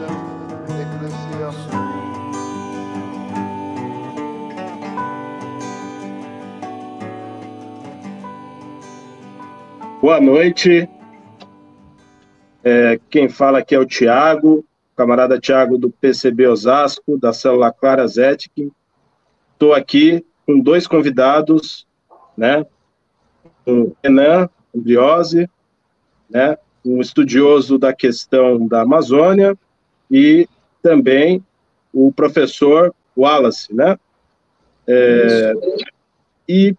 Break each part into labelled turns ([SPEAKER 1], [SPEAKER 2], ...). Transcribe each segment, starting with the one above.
[SPEAKER 1] Boa noite. Quem fala aqui é o Thiago, camarada Thiago do PCB Osasco, da Célula Clara Zetkin. Estou aqui com dois convidados, né? O Renan Andriose, né? Um estudioso da questão da Amazônia, e também o professor Wallace, né? E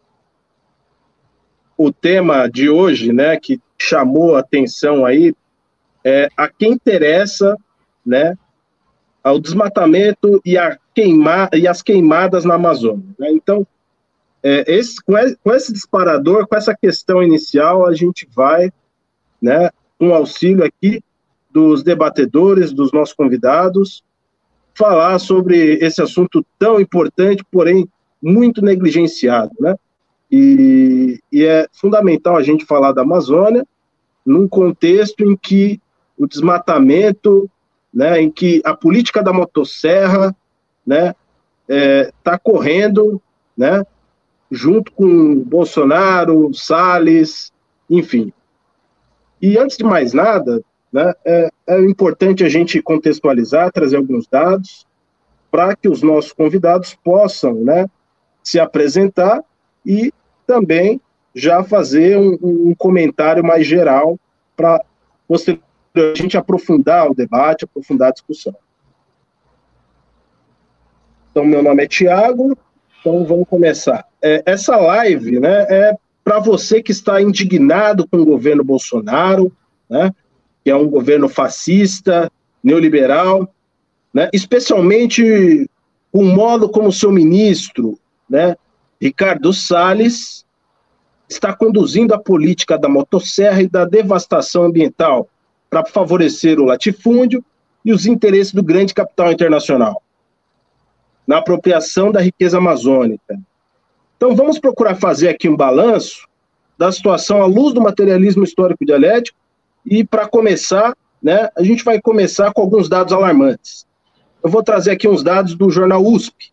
[SPEAKER 1] o tema de hoje, né, que chamou a atenção aí, a quem interessa, né, ao desmatamento e as queimadas na Amazônia, né? Então, com esse disparador, com essa questão inicial, a gente vai, né, com o auxílio aqui dos debatedores, dos nossos convidados, falar sobre esse assunto tão importante, porém muito negligenciado, né? E é fundamental a gente falar da Amazônia num contexto em que o desmatamento, né, em que a política da motosserra, né, está correndo, né, junto com Bolsonaro, Salles, enfim. E antes de mais nada, né, é importante a gente contextualizar, trazer alguns dados para que os nossos convidados possam, né, se apresentar e também já fazer um comentário mais geral para posteriormente a gente aprofundar o debate, aprofundar a discussão. Então, meu nome é Thiago, então vamos começar. Essa live, né, é para você que está indignado com o governo Bolsonaro, né, que é um governo fascista, neoliberal, né, especialmente com o modo como o seu ministro, né, Ricardo Salles, está conduzindo a política da motosserra e da devastação ambiental para favorecer o latifúndio e os interesses do grande capital internacional, na apropriação da riqueza amazônica. Então, vamos procurar fazer aqui um balanço da situação à luz do materialismo histórico dialético e, para começar, né, a gente vai começar com alguns dados alarmantes. Eu vou trazer aqui uns dados do jornal USP.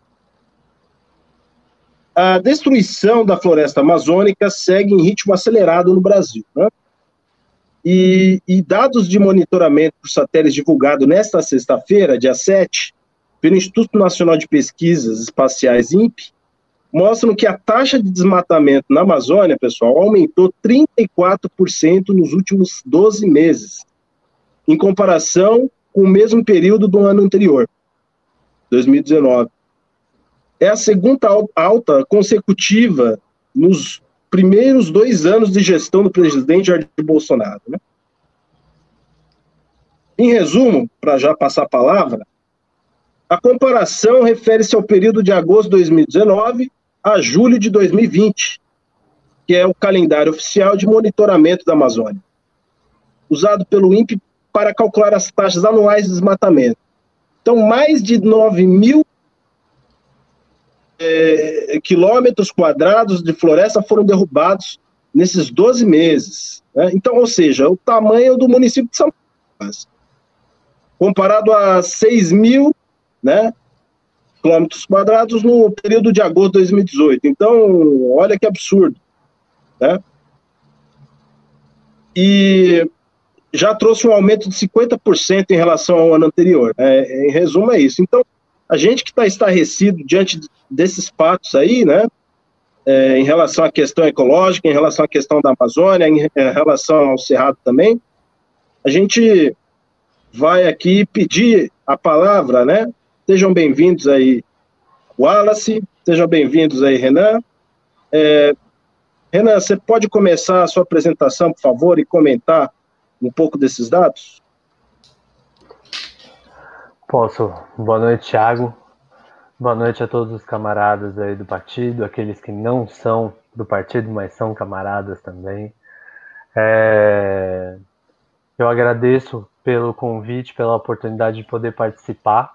[SPEAKER 1] A destruição da floresta amazônica segue em ritmo acelerado no Brasil, né? E dados de monitoramento por satélites divulgados nesta sexta-feira, dia 7, pelo Instituto Nacional de Pesquisas Espaciais, INPE, mostram que a taxa de desmatamento na Amazônia, pessoal, aumentou 34% nos últimos 12 meses, em comparação com o mesmo período do ano anterior, 2019. É a segunda alta consecutiva nos primeiros 2 anos de gestão do presidente Jair Bolsonaro, né? Em resumo, para já passar a palavra, a comparação refere-se ao período de agosto de 2019 a julho de 2020, que é o calendário oficial de monitoramento da Amazônia, usado pelo INPE para calcular as taxas anuais de desmatamento. Então, mais de 9.000 quilômetros quadrados de floresta foram derrubados nesses 12 meses. Né? Então, ou seja, o tamanho do município de São Paulo, comparado a 6.000, né, quilômetros quadrados no período de agosto de 2018. Então, olha que absurdo, né? E já trouxe um aumento de 50% em relação ao ano anterior. Em resumo, é isso. Então, a gente que está estarrecido diante desses fatos aí, né, em relação à questão ecológica, em relação à questão da Amazônia, em relação ao Cerrado também, a gente vai aqui pedir a palavra, né? Sejam bem-vindos aí, Wallace, sejam bem-vindos aí, Renan. Renan, você pode começar a sua apresentação, por favor, e comentar um pouco desses dados?
[SPEAKER 2] Posso. Boa noite, Thiago. Boa noite a todos os camaradas aí do partido, aqueles que não são do partido, mas são camaradas também. Eu agradeço pelo convite, pela oportunidade de poder participar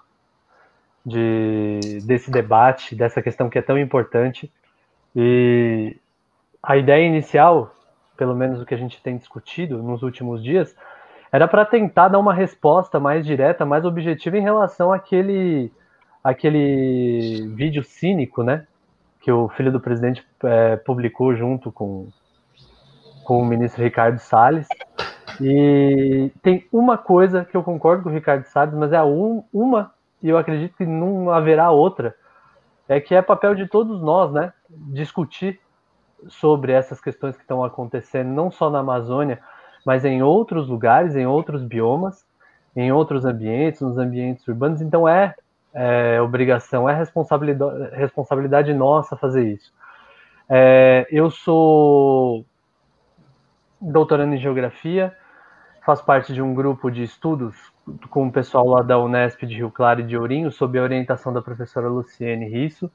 [SPEAKER 2] desse debate, dessa questão que é tão importante. E a ideia inicial, pelo menos o que a gente tem discutido nos últimos dias, era para tentar dar uma resposta mais direta, mais objetiva em relação àquele vídeo cínico, né, que o filho do presidente publicou junto com o ministro Ricardo Salles. E tem uma coisa que eu concordo com o Ricardo Salles, mas é uma, e eu acredito que não haverá outra, é que é papel de todos nós, né, discutir sobre essas questões que estão acontecendo, não só na Amazônia, mas em outros lugares, em outros biomas, em outros ambientes, nos ambientes urbanos. Então obrigação, é responsabilidade nossa fazer isso. Eu sou doutorando em Geografia, faço parte de um grupo de estudos com o pessoal lá da Unesp de Rio Claro e de Ourinho, sob a orientação da professora Luciene Risso.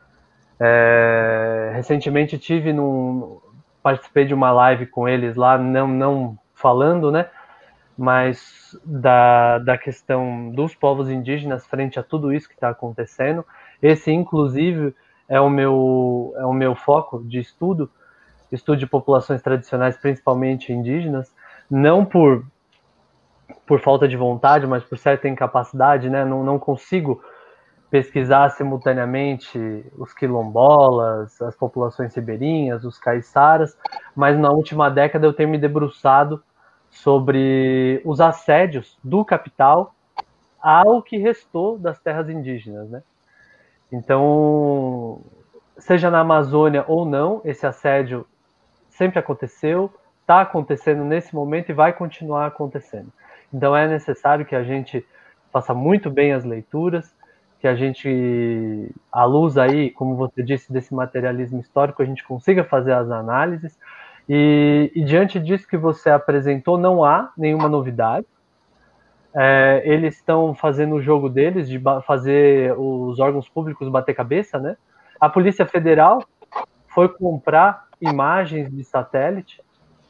[SPEAKER 2] Recentemente participei de uma live com eles lá, não falando, né, mas da questão dos povos indígenas frente a tudo isso que está acontecendo. Esse, inclusive, é o meu foco de estudo de populações tradicionais, principalmente indígenas, não por falta de vontade, mas por certa incapacidade, né, não consigo pesquisar simultaneamente os quilombolas, as populações ribeirinhas, os caiçaras, mas na última década eu tenho me debruçado sobre os assédios do capital ao que restou das terras indígenas, né? Então, seja na Amazônia ou não, esse assédio sempre aconteceu, está acontecendo nesse momento e vai continuar acontecendo. Então é necessário que a gente faça muito bem as leituras, que a gente, à luz aí, como você disse, desse materialismo histórico, a gente consiga fazer as análises. E diante disso que você apresentou, não há nenhuma novidade. Eles estão fazendo o jogo deles, de fazer os órgãos públicos bater cabeça, né? A Polícia Federal foi comprar imagens de satélite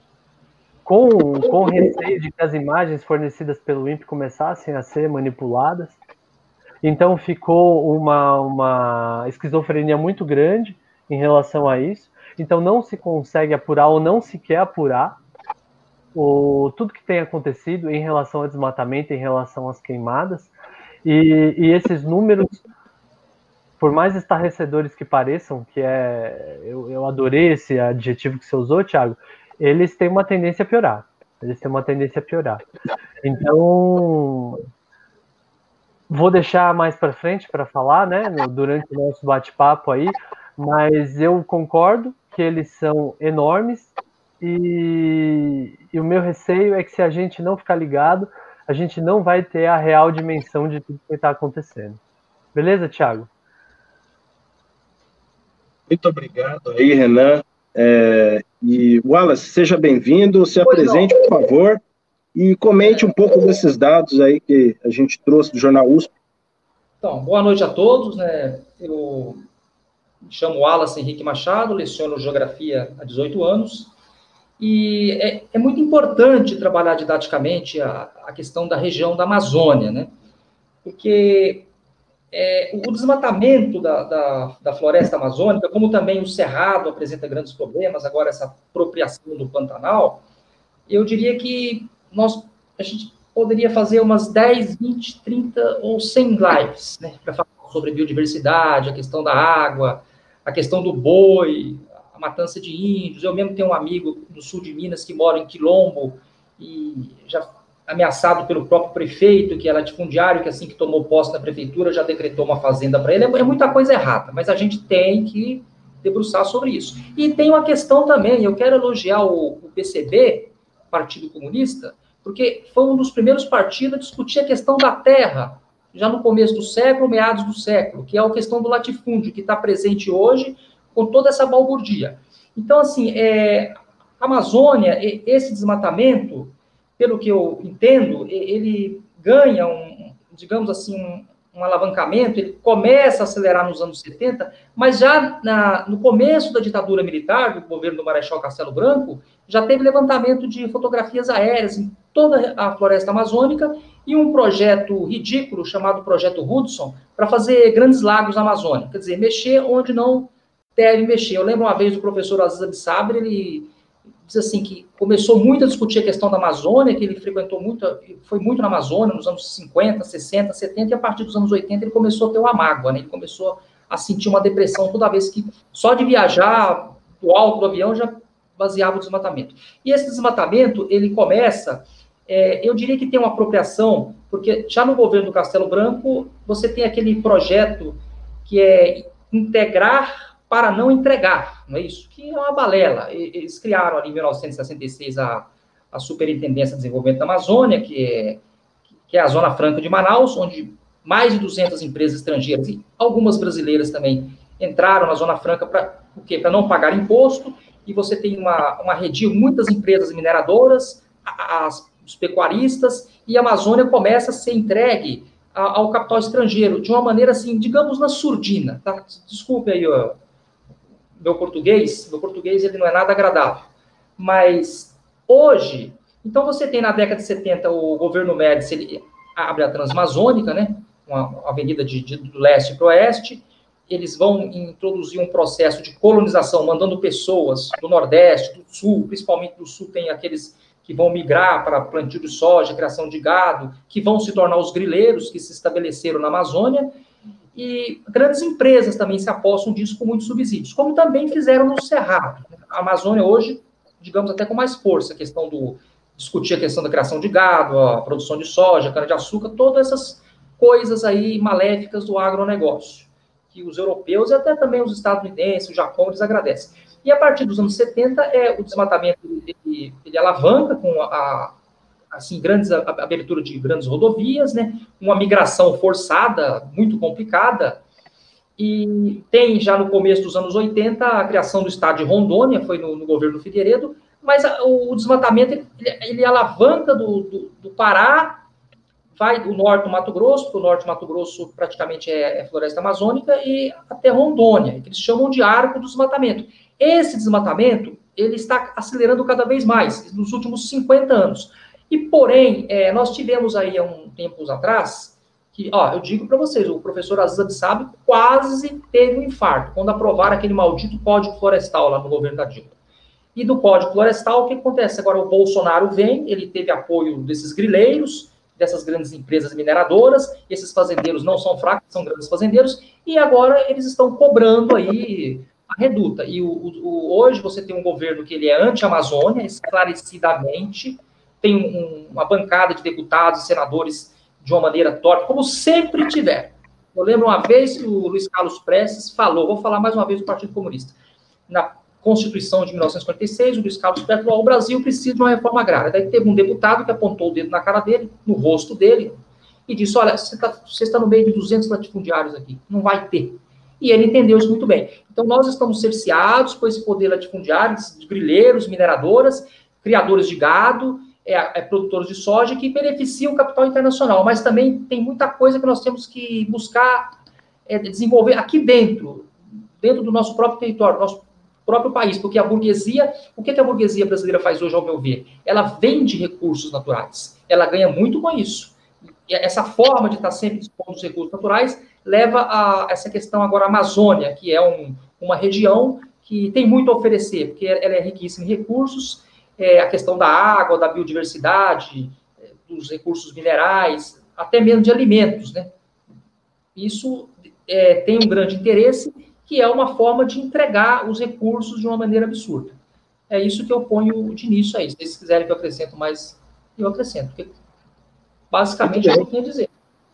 [SPEAKER 2] com receio de que as imagens fornecidas pelo INPE começassem a ser manipuladas. Então ficou uma esquizofrenia muito grande em relação a isso. Então não se consegue apurar ou não se quer apurar tudo que tem acontecido em relação ao desmatamento, em relação às queimadas. E esses números, por mais estarrecedores que pareçam, que eu adorei esse adjetivo que você usou, Thiago, eles têm uma tendência a piorar. Então, vou deixar mais para frente para falar, né, durante o nosso bate-papo aí, mas eu concordo que eles são enormes e o meu receio é que se a gente não ficar ligado, a gente não vai ter a real dimensão de tudo que está acontecendo. Beleza, Thiago?
[SPEAKER 1] Muito obrigado aí, Renan. E Wallace, seja bem-vindo, se apresente, por favor, e comente um pouco desses dados aí que a gente trouxe do Jornal USP.
[SPEAKER 3] Então, boa noite a todos, né? Eu me chamo Wallace Henrique Machado, leciono Geografia há 18 anos, e é muito importante trabalhar didaticamente a questão da região da Amazônia, né? Porque o desmatamento da floresta amazônica, como também o cerrado apresenta grandes problemas, agora essa apropriação do Pantanal, eu diria que a gente poderia fazer umas 10, 20, 30 ou 100 lives, né, para falar sobre biodiversidade, a questão da água, a questão do boi, a matança de índios. Eu mesmo tenho um amigo do sul de Minas que mora em Quilombo e já ameaçado pelo próprio prefeito, que é latifundiário, que assim que tomou posse na prefeitura já decretou uma fazenda para ele. É muita coisa errada, mas a gente tem que debruçar sobre isso. E tem uma questão também, eu quero elogiar o PCB, Partido Comunista, porque foi um dos primeiros partidos a discutir a questão da terra, já no começo do século, meados do século, que é a questão do latifúndio, que está presente hoje com toda essa balbúrdia. Então, assim, a Amazônia, esse desmatamento, pelo que eu entendo, ele ganha digamos assim, um alavancamento, ele começa a acelerar nos anos 70, mas já no começo da ditadura militar, do governo do Marechal Castelo Branco, já teve levantamento de fotografias aéreas em toda a floresta amazônica e um projeto ridículo chamado Projeto Hudson para fazer grandes lagos na Amazônia, quer dizer, mexer onde não deve mexer. Eu lembro uma vez do professor Aziz Absaber, ele diz assim, que começou muito a discutir a questão da Amazônia, que ele frequentou muito, foi muito na Amazônia nos anos 50, 60, 70, e a partir dos anos 80 ele começou a ter uma mágoa, né? Ele começou a sentir uma depressão toda vez que, só de viajar do alto do avião, já baseava o desmatamento. E esse desmatamento, ele começa, eu diria que tem uma apropriação, porque já no governo do Castelo Branco, você tem aquele projeto que é integrar para não entregar, não é isso? Que é uma balela. Eles criaram ali em 1966 a Superintendência de Desenvolvimento da Amazônia, que é a Zona Franca de Manaus, onde mais de 200 empresas estrangeiras e algumas brasileiras também entraram na Zona Franca para não pagar imposto, e você tem uma rede, muitas empresas mineradoras, os pecuaristas, e a Amazônia começa a ser entregue ao capital estrangeiro, de uma maneira assim, digamos, na surdina, tá? Desculpe aí, meu português ele não é nada agradável, mas hoje, então você tem na década de 70 o governo Médici, ele abre a Transamazônica, né, uma avenida do leste para o oeste, eles vão introduzir um processo de colonização, mandando pessoas do Nordeste, do Sul, principalmente do Sul tem aqueles que vão migrar para plantio de soja, criação de gado, que vão se tornar os grileiros que se estabeleceram na Amazônia, e grandes empresas também se apostam disso com muitos subsídios, como também fizeram no Cerrado. A Amazônia hoje, digamos, até com mais força, discutir a questão da criação de gado, a produção de soja, cana-de-açúcar, todas essas coisas aí maléficas do agronegócio, que os europeus e até também os estadunidenses, o Japão, eles agradecem. E a partir dos anos 70, o desmatamento ele alavanca com a abertura de grandes rodovias, né, uma migração forçada, muito complicada, e tem já no começo dos anos 80 a criação do estado de Rondônia, foi no governo Figueiredo, mas o desmatamento ele alavanca do Pará, vai do norte do Mato Grosso, porque o norte do Mato Grosso praticamente é floresta amazônica, e até Rondônia, que eles chamam de arco do desmatamento. Esse desmatamento, ele está acelerando cada vez mais, nos últimos 50 anos. E, porém, nós tivemos aí, há um tempo atrás, que, eu digo para vocês, o professor Aziz Sabe quase teve um infarto, quando aprovaram aquele maldito Código Florestal lá no governo da Dilma. E do Código Florestal, o que acontece? Agora o Bolsonaro vem, ele teve apoio desses grileiros, dessas grandes empresas mineradoras, esses fazendeiros não são fracos, são grandes fazendeiros, e agora eles estão cobrando aí a reduta. E hoje você tem um governo que ele é anti-Amazônia, esclarecidamente, tem uma bancada de deputados e senadores de uma maneira torta, como sempre tiver. Eu lembro uma vez que o Luiz Carlos Prestes falou, vou falar mais uma vez do Partido Comunista, na Constituição de 1946, o Luiz Carlos Prestes falou, o Brasil precisa de uma reforma agrária. Daí teve um deputado que apontou o dedo na cara dele, no rosto dele, e disse, olha, você está no meio de 200 latifundiários aqui, não vai ter. E ele entendeu isso muito bem. Então, nós estamos cerceados por esse poder latifundiário, de grileiros, mineradoras, criadores de gado, produtores de soja, que beneficiam o capital internacional, mas também tem muita coisa que nós temos que buscar desenvolver aqui dentro do nosso próprio território, do nosso próprio país, porque a burguesia, o que a burguesia brasileira faz hoje, ao meu ver? Ela vende recursos naturais, ela ganha muito com isso. E essa forma de estar sempre expondo os recursos naturais leva a essa questão agora, a Amazônia, que é uma região que tem muito a oferecer, porque ela é riquíssima em recursos, a questão da água, da biodiversidade, dos recursos minerais, até mesmo de alimentos, né? Isso tem um grande interesse, que é uma forma de entregar os recursos de uma maneira absurda. É isso que eu ponho de início aí. Se vocês quiserem que eu acrescento mais, eu acrescento. Porque basicamente é o que eu tinha a dizer.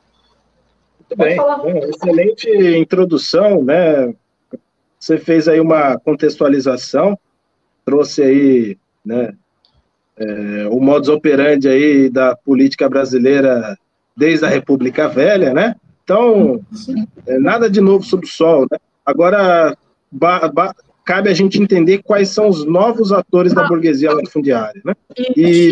[SPEAKER 1] Muito bem. Excelente introdução, né? Você fez aí uma contextualização, trouxe aí, né, o modus operandi aí da política brasileira desde a República Velha, né? Então, nada de novo sob o sol, né? Agora, cabe a gente entender quais são os novos atores da burguesia latifundiária, né? E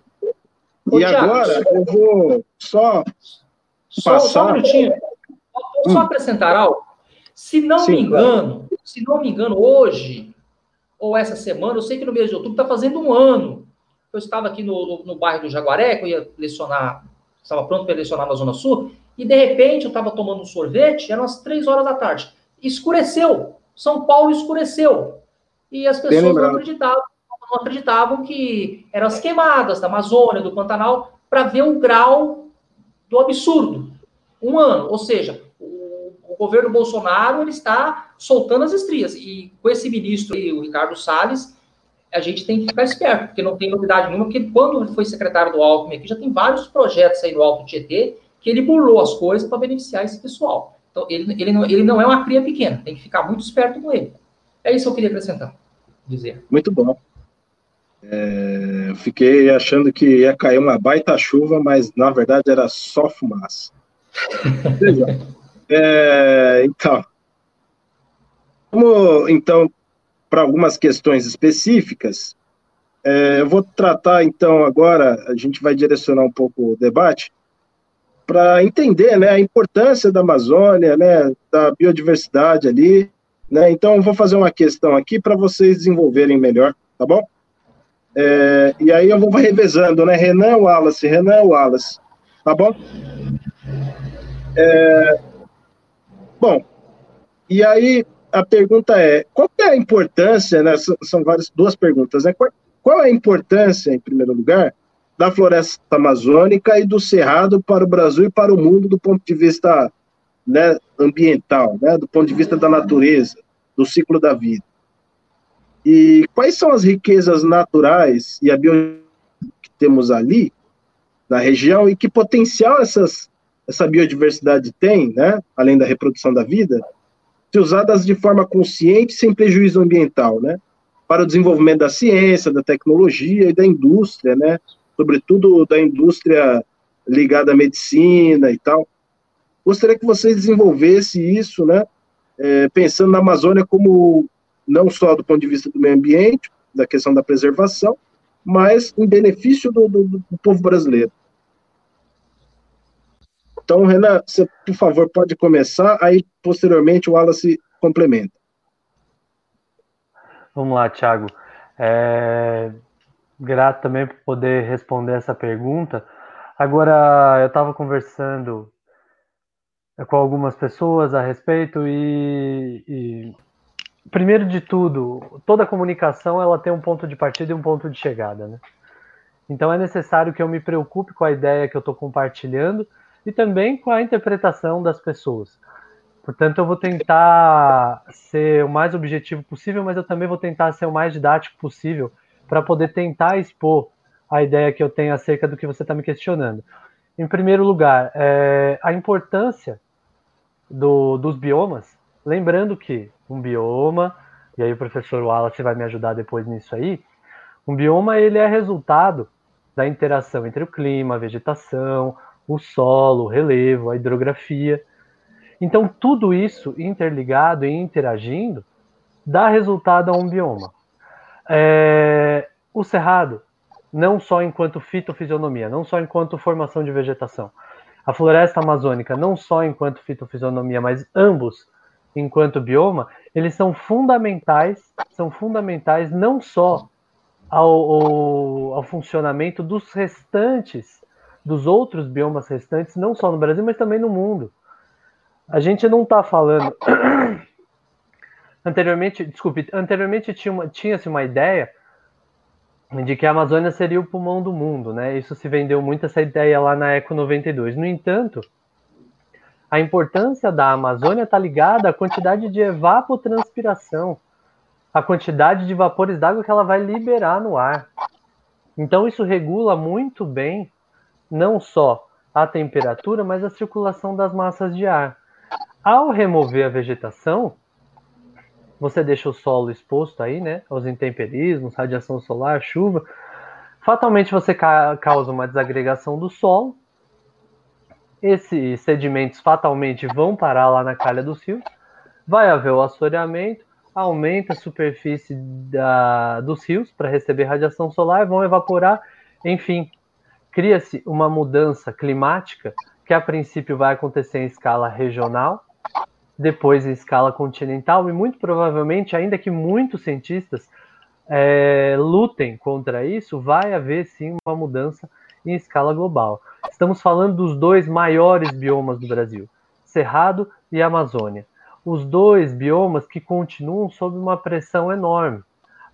[SPEAKER 1] agora, eu vou só passar...
[SPEAKER 3] Só um minutinho. Vou só acrescentar algo. Se não me engano, hoje, ou essa semana, eu sei que no mês de outubro está fazendo um ano. Eu estava aqui no bairro do Jaguaré, que eu ia lecionar, estava pronto para lecionar na Zona Sul, e de repente eu estava tomando um sorvete, eram as 3 horas da tarde. Escureceu. São Paulo escureceu. E as pessoas não acreditavam que estava não acreditavam que eram as queimadas da Amazônia, do Pantanal, para ver o grau do absurdo. Um ano, ou seja, o governo Bolsonaro ele está soltando as estrias. E com esse ministro aí, o Ricardo Salles, a gente tem que ficar esperto, porque não tem novidade nenhuma, porque quando ele foi secretário do Alckmin aqui, já tem vários projetos aí no Alto Tietê que ele burlou as coisas para beneficiar esse pessoal. Então, ele não é uma cria pequena, tem que ficar muito esperto com ele. É isso que eu queria acrescentar, dizer.
[SPEAKER 1] Muito bom. Eu fiquei achando que ia cair uma baita chuva, mas na verdade era só fumaça. Então, para algumas questões específicas, eu vou tratar, então, agora, a gente vai direcionar um pouco o debate, para entender, né, a importância da Amazônia, né, da biodiversidade ali, né, então eu vou fazer uma questão aqui para vocês desenvolverem melhor, tá bom? E aí eu vou revezando, né, Renan Wallace, tá bom? Bom, e aí a pergunta é, qual que é a importância, né, são duas perguntas, né, qual é a importância, em primeiro lugar, da floresta amazônica e do cerrado para o Brasil e para o mundo do ponto de vista, né, ambiental, né, do ponto de vista da natureza, do ciclo da vida? E quais são as riquezas naturais e a biodiversidade que temos ali, na região, e que potencial essa biodiversidade tem, né, além da reprodução da vida, se usadas de forma consciente, sem prejuízo ambiental, né, para o desenvolvimento da ciência, da tecnologia e da indústria, né, sobretudo da indústria ligada à medicina e tal. Gostaria que vocês desenvolvessem isso, né, pensando na Amazônia como não só do ponto de vista do meio ambiente, da questão da preservação, mas em benefício do povo brasileiro. Então, Renan, você, por favor, pode começar, aí, posteriormente, o Wallace complementa.
[SPEAKER 2] Vamos lá, Thiago. Grato também por poder responder essa pergunta. Agora, eu estava conversando com algumas pessoas a respeito e primeiro de tudo, toda comunicação ela tem um ponto de partida e um ponto de chegada, né? Então é necessário que eu me preocupe com a ideia que eu estou compartilhando e também com a interpretação das pessoas. Portanto, eu vou tentar ser o mais objetivo possível, mas eu também vou tentar ser o mais didático possível para poder tentar expor a ideia que eu tenho acerca do que você está me questionando. Em primeiro lugar, a importância dos biomas, lembrando que um bioma, e aí o professor Wallace vai me ajudar depois nisso aí, um bioma ele é resultado da interação entre o clima, a vegetação, o solo, o relevo, a hidrografia. Então, tudo isso interligado e interagindo dá resultado a um bioma. O cerrado, não só enquanto fitofisionomia, não só enquanto formação de vegetação. A floresta amazônica, não só enquanto fitofisionomia, mas ambos enquanto bioma, eles são fundamentais não só ao funcionamento dos outros biomas restantes, não só no Brasil, mas também no mundo. A gente não está falando... Anteriormente tinha-se uma ideia de que a Amazônia seria o pulmão do mundo, né? Isso se vendeu muito, essa ideia lá na Eco 92. No entanto, a importância da Amazônia está ligada à quantidade de evapotranspiração, a quantidade de vapores d'água que ela vai liberar no ar. Então isso regula muito bem, não só a temperatura, mas a circulação das massas de ar. Ao remover a vegetação, você deixa o solo exposto aí, né, aos intemperismos, radiação solar, chuva. Fatalmente você causa uma desagregação do solo. Esses sedimentos fatalmente vão parar lá na calha dos rios. Vai haver o assoreamento, aumenta a superfície dos rios para receber radiação solar, vão evaporar. Enfim, cria-se uma mudança climática que a princípio vai acontecer em escala regional, depois em escala continental, e muito provavelmente, ainda que muitos cientistas lutem contra isso, vai haver sim uma mudança em escala global. Estamos falando dos dois maiores biomas do Brasil, Cerrado e Amazônia. Os dois biomas que continuam sob uma pressão enorme.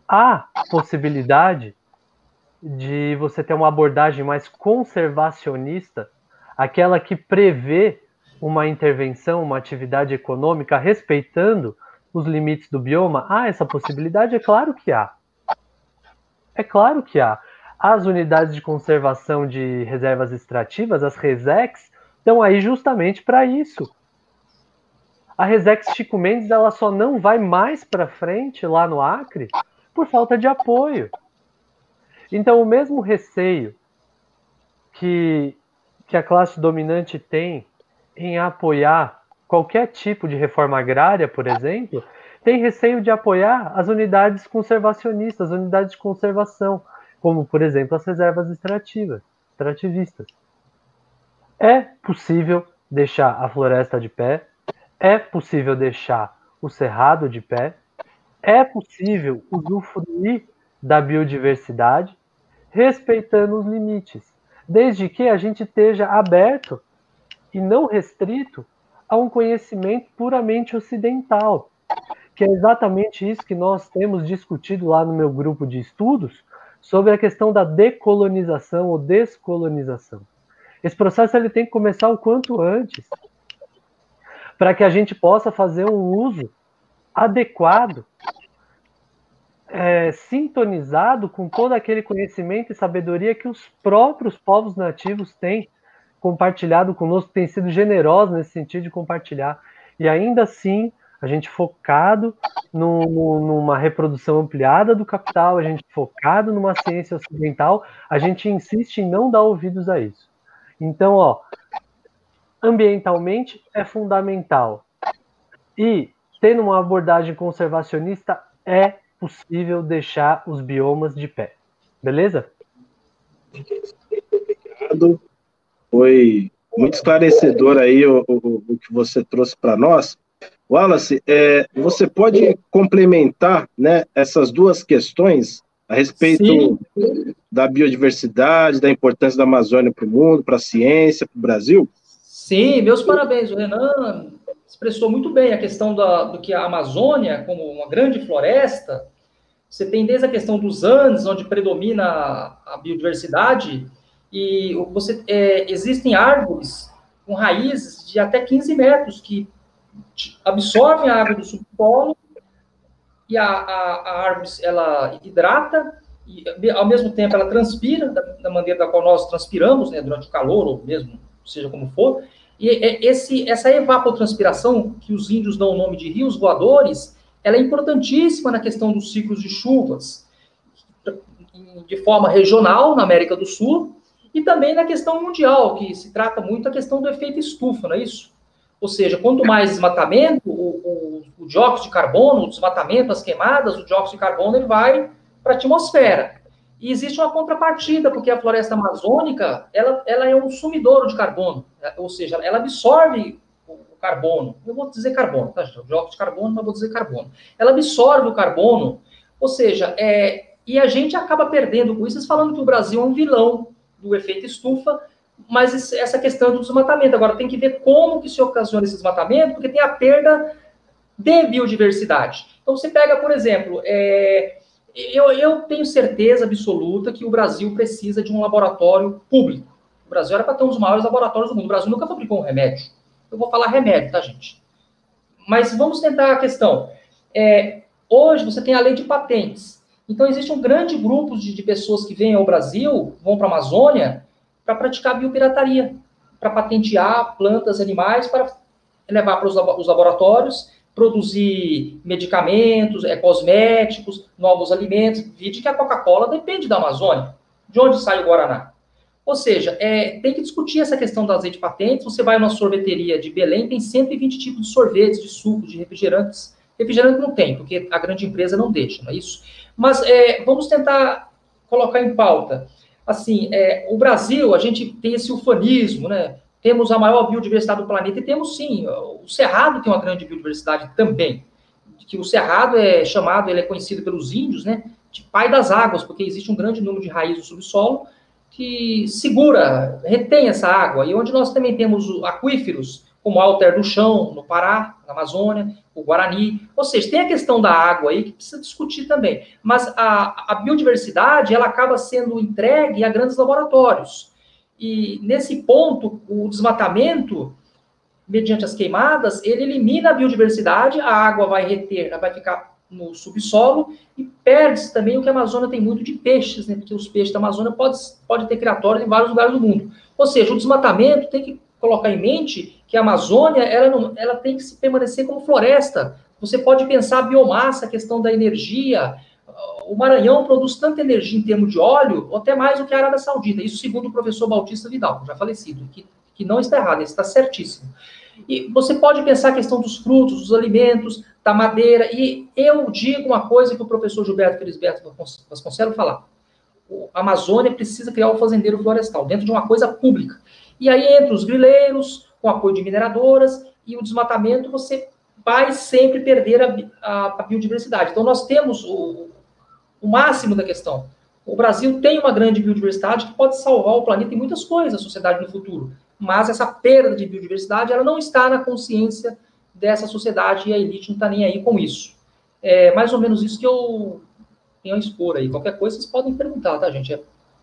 [SPEAKER 2] há possibilidade de você ter uma abordagem mais conservacionista, aquela que prevê uma intervenção, uma atividade econômica respeitando os limites do bioma? Há essa possibilidade? É claro que há. É claro que há. As unidades de conservação de reservas extrativas, as RESEX, estão aí justamente para isso. A RESEX Chico Mendes, ela só não vai mais para frente lá no Acre por falta de apoio. Então, o mesmo receio que a classe dominante tem em apoiar qualquer tipo de reforma agrária, por exemplo, tem receio de apoiar as unidades conservacionistas, as unidades de conservação, como, por exemplo, as reservas extrativistas. É possível deixar a floresta de pé, é possível deixar o cerrado de pé, é possível usufruir da biodiversidade, respeitando os limites, desde que a gente esteja aberto e não restrito a um conhecimento puramente ocidental, que é exatamente isso que nós temos discutido lá no meu grupo de estudos sobre a questão da decolonização ou descolonização. Esse processo ele tem que começar o quanto antes, para que a gente possa fazer um uso adequado, sintonizado com todo aquele conhecimento e sabedoria que os próprios povos nativos têm compartilhado conosco, têm sido generosos nesse sentido de compartilhar. E ainda assim, a gente focado numa reprodução ampliada do capital, a gente focado numa ciência ocidental, a gente insiste em não dar ouvidos a isso. Então, ambientalmente é fundamental. E, tendo uma abordagem conservacionista, é possível deixar os biomas de pé. Beleza?
[SPEAKER 1] Obrigado. Foi muito esclarecedor aí o que você trouxe para nós. Wallace, você pode complementar, né, essas duas questões a respeito
[SPEAKER 3] Sim.
[SPEAKER 1] Da biodiversidade, da importância da Amazônia para o mundo, para a ciência, para o Brasil?
[SPEAKER 3] Sim, meus parabéns. O Renan expressou muito bem a questão do que a Amazônia, como uma grande floresta, você tem desde a questão dos Andes, onde predomina a biodiversidade, e existem árvores com raízes de até 15 metros que absorvem a água do subsolo, e a árvore ela hidrata, e ao mesmo tempo ela transpira, da maneira da qual nós transpiramos, né, durante o calor, ou mesmo, seja como for, e essa evapotranspiração, que os índios dão o nome de rios voadores, ela é importantíssima na questão dos ciclos de chuvas, de forma regional, na América do Sul, e também na questão mundial, que se trata muito da questão do efeito estufa, não é isso? Ou seja, quanto mais desmatamento, o dióxido de carbono, o desmatamento, as queimadas, o dióxido de carbono ele vai para a atmosfera. E existe uma contrapartida, porque a floresta amazônica ela é um sumidouro de carbono, ou seja, ela absorve o carbono. Eu vou dizer carbono, tá, gente? Dióxido de carbono, mas vou dizer carbono. Ela absorve o carbono, ou seja, e a gente acaba perdendo com isso, falando que o Brasil é um vilão do efeito estufa, mas essa questão do desmatamento. Agora, tem que ver como que se ocasiona esse desmatamento, porque tem a perda de biodiversidade. Então, você pega, por exemplo, eu tenho certeza absoluta que o Brasil precisa de um laboratório público. O Brasil era para ter um dos maiores laboratórios do mundo. O Brasil nunca fabricou um remédio. Eu vou falar remédio, tá, gente? Mas vamos tentar a questão. Hoje, você tem a lei de patentes. Então, existe um grande grupo de pessoas que vêm ao Brasil, vão para a Amazônia, para praticar biopirataria, para patentear plantas, animais, para levar para os laboratórios, produzir medicamentos, cosméticos, novos alimentos. Vide que a Coca-Cola depende da Amazônia. De onde sai o Guaraná? Ou seja, tem que discutir essa questão das leis de patentes. Você vai numa sorveteria de Belém, tem 120 tipos de sorvetes, de sucos, de refrigerantes. Refrigerante não tem, porque a grande empresa não deixa, não é isso? Mas vamos tentar colocar em pauta. Assim, o Brasil, a gente tem esse ufanismo, né? Temos a maior biodiversidade do planeta e temos, sim, o Cerrado tem uma grande biodiversidade também. Que o Cerrado ele é conhecido pelos índios, né? De pai das águas, porque existe um grande número de raízes no subsolo que segura, retém essa água. E onde nós também temos aquíferos, como o Alter do Chão, no Pará, na Amazônia, o Guarani. Ou seja, tem a questão da água aí que precisa discutir também. Mas a biodiversidade, ela acaba sendo entregue a grandes laboratórios. E, nesse ponto, o desmatamento, mediante as queimadas, ele elimina a biodiversidade, a água vai reter, vai ficar no subsolo e perde-se também o que a Amazônia tem muito de peixes, né? Porque os peixes da Amazônia podem ter criatórios em vários lugares do mundo. Ou seja, o desmatamento tem que colocar em mente que a Amazônia ela tem que se permanecer como floresta. Você pode pensar a biomassa, a questão da energia. O Maranhão produz tanta energia em termos de óleo, ou até mais do que a Arábia Saudita. Isso segundo o professor Bautista Vidal, já falecido, que não está errado, ele está certíssimo. E você pode pensar a questão dos frutos, dos alimentos, da madeira, e eu digo uma coisa que o professor Gilberto Felisberto Vasconcelos fala: a Amazônia precisa criar o fazendeiro florestal, dentro de uma coisa pública. E aí, entre os grileiros, com apoio de mineradoras, e o desmatamento, você vai sempre perder a biodiversidade. Então, nós temos o máximo da questão. O Brasil tem uma grande biodiversidade que pode salvar o planeta em muitas coisas, a sociedade no futuro. Mas essa perda de biodiversidade, ela não está na consciência dessa sociedade e a elite não está nem aí com isso. É mais ou menos isso que eu tenho a expor aí. Qualquer coisa, vocês podem perguntar, tá, gente?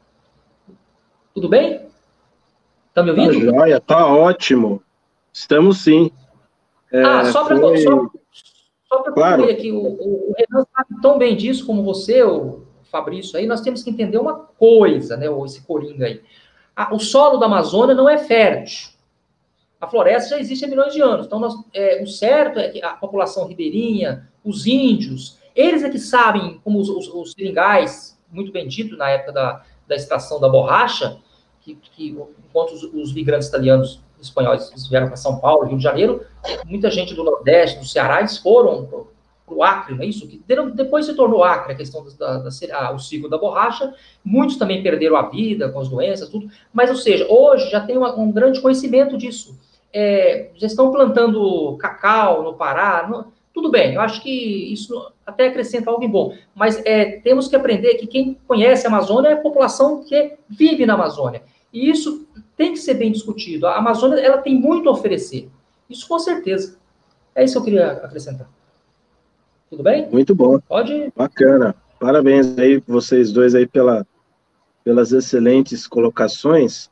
[SPEAKER 3] Tudo bem? Tá me ouvindo?
[SPEAKER 1] Tá joia, tá ótimo. Estamos sim.
[SPEAKER 3] Só para concluir
[SPEAKER 1] claro.
[SPEAKER 3] aqui, o Renan sabe tão bem disso como você, o Fabrício, aí nós temos que entender uma coisa, né, esse coringa aí. O solo da Amazônia não é fértil. A floresta já existe há milhões de anos. Então, o certo é que a população ribeirinha, os índios, eles é que sabem, como os seringais, muito bem dito na época da extração da borracha, que enquanto os migrantes italianos e espanhóis vieram para São Paulo, Rio de Janeiro, muita gente do Nordeste, do Ceará, eles foram para o Acre, não é isso? Que depois se tornou Acre, a questão o ciclo da borracha. Muitos também perderam a vida com as doenças, tudo. Mas, ou seja, hoje já tem um grande conhecimento disso. Já estão plantando cacau no Pará. Tudo bem, eu acho que isso até acrescenta algo em bom. Mas temos que aprender que quem conhece a Amazônia é a população que vive na Amazônia. E isso tem que ser bem discutido. A Amazônia, ela tem muito a oferecer. Isso com certeza. É isso que eu queria acrescentar. Tudo bem?
[SPEAKER 1] Muito bom.
[SPEAKER 3] Pode.
[SPEAKER 1] Bacana. Parabéns aí, vocês dois aí, pelas excelentes colocações.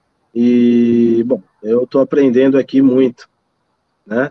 [SPEAKER 1] E, bom, eu estou aprendendo aqui muito, né?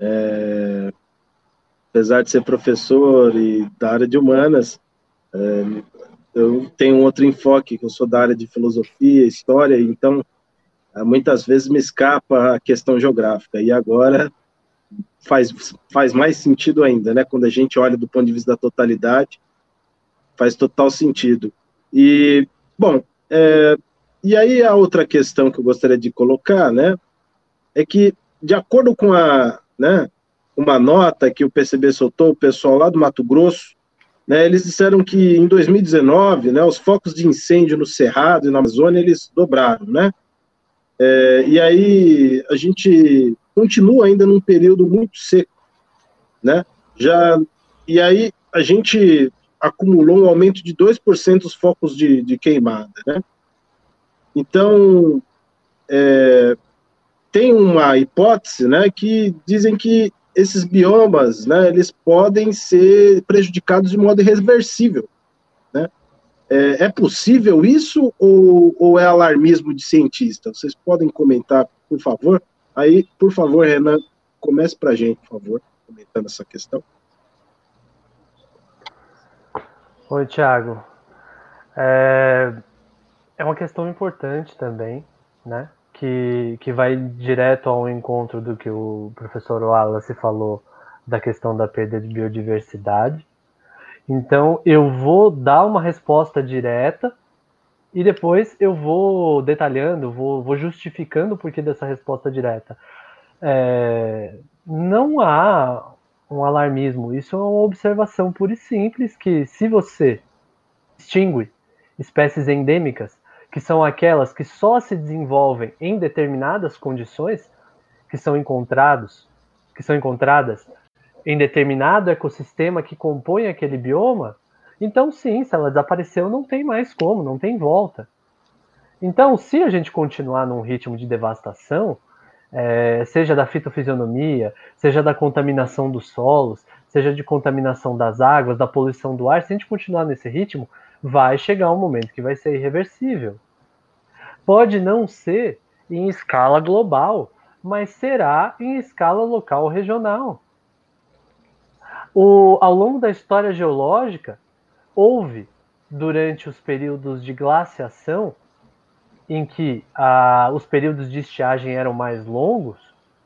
[SPEAKER 1] Apesar de ser professor e da área de humanas, eu tenho um outro enfoque, que eu sou da área de filosofia, história, então muitas vezes me escapa a questão geográfica. E agora faz mais sentido ainda, né? Quando a gente olha do ponto de vista da totalidade, faz total sentido. E, bom, e aí a outra questão que eu gostaria de colocar, né, é que, de acordo com uma nota que o PCB soltou, o pessoal lá do Mato Grosso, né, eles disseram que em 2019, né, os focos de incêndio no Cerrado e na Amazônia, eles dobraram, né? E aí a gente continua ainda num período muito seco, né? E aí a gente acumulou um aumento de 2% dos focos de queimada, né? Então, tem uma hipótese, né, que dizem que esses biomas, né, eles podem ser prejudicados de modo irreversível, né? É possível isso ou é alarmismo de cientista? Vocês podem comentar, por favor? Aí, por favor, Renan, comece para a gente, por favor, comentando essa questão.
[SPEAKER 2] Oi, Thiago. É uma questão importante também, né? Que vai direto ao encontro do que o professor Wallace falou da questão da perda de biodiversidade. Então, eu vou dar uma resposta direta e depois eu vou detalhando, vou justificando o porquê dessa resposta direta. Não há um alarmismo, isso é uma observação pura e simples, que se você distingue espécies endêmicas, que são aquelas que só se desenvolvem em determinadas condições, que são encontradas em determinado ecossistema que compõe aquele bioma, então sim, se ela desapareceu, não tem mais como, não tem volta. Então, se a gente continuar num ritmo de devastação, seja da fitofisionomia, seja da contaminação dos solos, seja de contaminação das águas, da poluição do ar, se a gente continuar nesse ritmo, vai chegar um momento que vai ser irreversível. Pode não ser em escala global, mas será em escala local ou regional. Ao longo da história geológica, houve, durante os períodos de glaciação, em que os períodos de estiagem eram mais longos,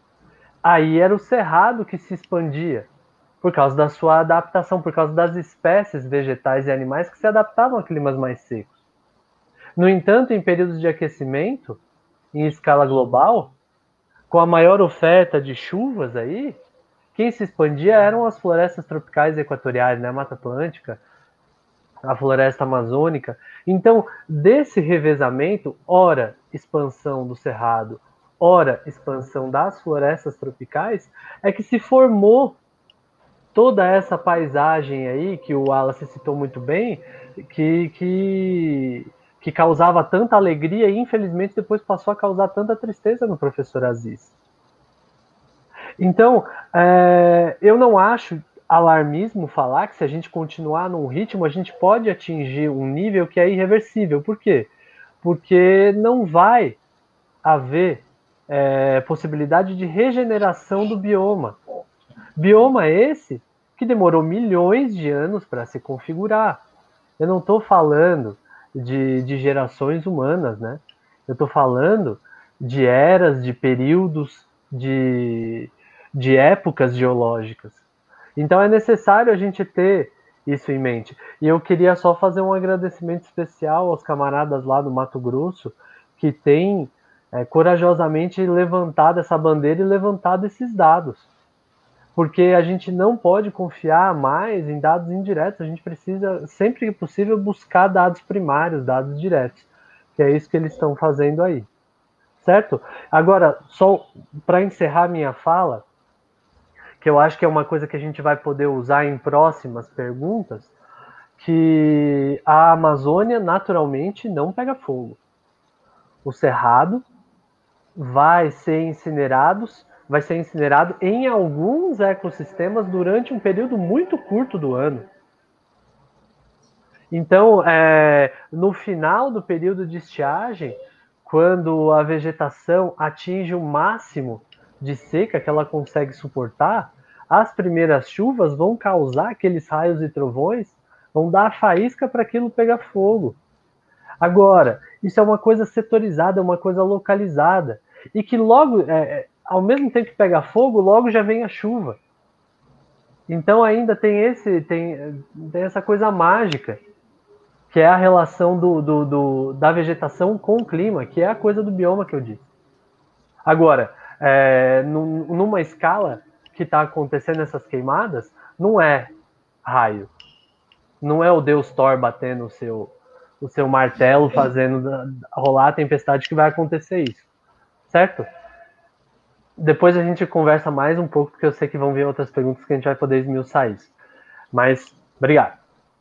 [SPEAKER 2] aí era o cerrado que se expandia, por causa da sua adaptação, por causa das espécies vegetais e animais que se adaptavam a climas mais secos. No entanto, em períodos de aquecimento, em escala global, com a maior oferta de chuvas aí, quem se expandia eram as florestas tropicais e equatoriais, né? A Mata Atlântica, a floresta amazônica. Então, desse revezamento, ora expansão do cerrado, ora expansão das florestas tropicais, é que se formou toda essa paisagem aí, que o Wallace citou muito bem, que causava tanta alegria e, infelizmente, depois passou a causar tanta tristeza no professor Aziz. Então, eu não acho alarmismo falar que se a gente continuar num ritmo, a gente pode atingir um nível que é irreversível. Por quê? Porque não vai haver possibilidade de regeneração do bioma. Bioma esse que demorou milhões de anos para se configurar. Eu não estou falando de gerações humanas, né? Eu estou falando de eras, de períodos, de épocas geológicas. Então é necessário a gente ter isso em mente. E eu queria só fazer um agradecimento especial aos camaradas lá do Mato Grosso que têm corajosamente levantado essa bandeira e levantado esses dados. Porque a gente não pode confiar mais em dados indiretos, a gente precisa, sempre que possível, buscar dados primários, dados diretos, que é isso que eles estão fazendo aí, certo? Agora, só para encerrar minha fala, que eu acho que é uma coisa que a gente vai poder usar em próximas perguntas, que a Amazônia naturalmente não pega fogo. O cerrado vai ser incinerado em alguns ecossistemas durante um período muito curto do ano. Então, no final do período de estiagem, quando a vegetação atinge o máximo de seca que ela consegue suportar, as primeiras chuvas vão causar aqueles raios e trovões, vão dar a faísca para aquilo pegar fogo. Agora, isso é uma coisa setorizada, é uma coisa localizada, e que logo, ao mesmo tempo que pega fogo, logo já vem a chuva. Então ainda tem essa coisa mágica, que é a relação da vegetação com o clima, que é a coisa do bioma que eu disse. Agora, numa escala que está acontecendo essas queimadas, não é raio, não é o deus Thor batendo o seu martelo, fazendo rolar a tempestade que vai acontecer isso, certo? Depois a gente conversa mais um pouco, porque eu sei que vão vir outras perguntas que a gente vai poder esmiuçar isso. Mas, obrigado.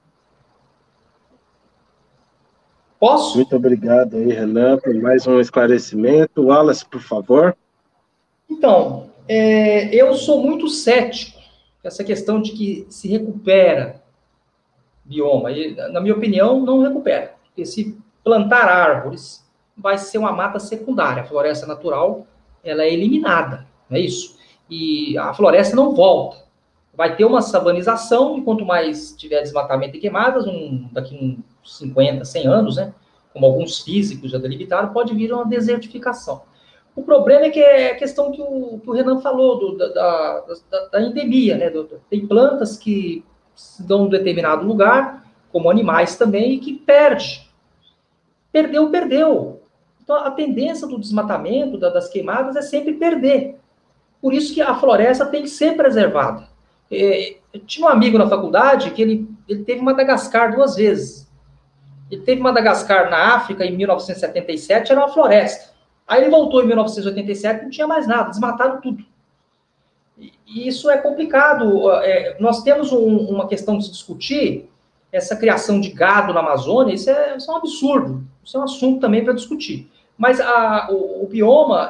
[SPEAKER 3] Posso?
[SPEAKER 1] Muito obrigado aí, Renan, por mais um esclarecimento. Wallace, por favor.
[SPEAKER 3] Então, eu sou muito cético com essa questão de que se recupera bioma. E, na minha opinião, não recupera. Porque se plantar árvores, vai ser uma mata secundária. A floresta natural, ela é eliminada, não é isso? E a floresta não volta. Vai ter uma savanização, e quanto mais tiver desmatamento e queimadas, daqui uns 50, 100 anos, né, como alguns físicos já delimitaram, pode vir uma desertificação. O problema é que é a questão que o Renan falou, da endemia, né? Tem plantas que se dão em um determinado lugar, como animais também, e que perde. Perdeu. Então, a tendência do desmatamento, das queimadas, é sempre perder. Por isso que a floresta tem que ser preservada. Eu tinha um amigo na faculdade que ele teve Madagascar 2 vezes. Ele teve Madagascar na África em 1977, era uma floresta. Aí ele voltou em 1987, não tinha mais nada, desmataram tudo. E isso é complicado. Nós temos uma questão de se discutir, essa criação de gado na Amazônia, isso é um absurdo. Isso é um assunto também para discutir. Mas o bioma,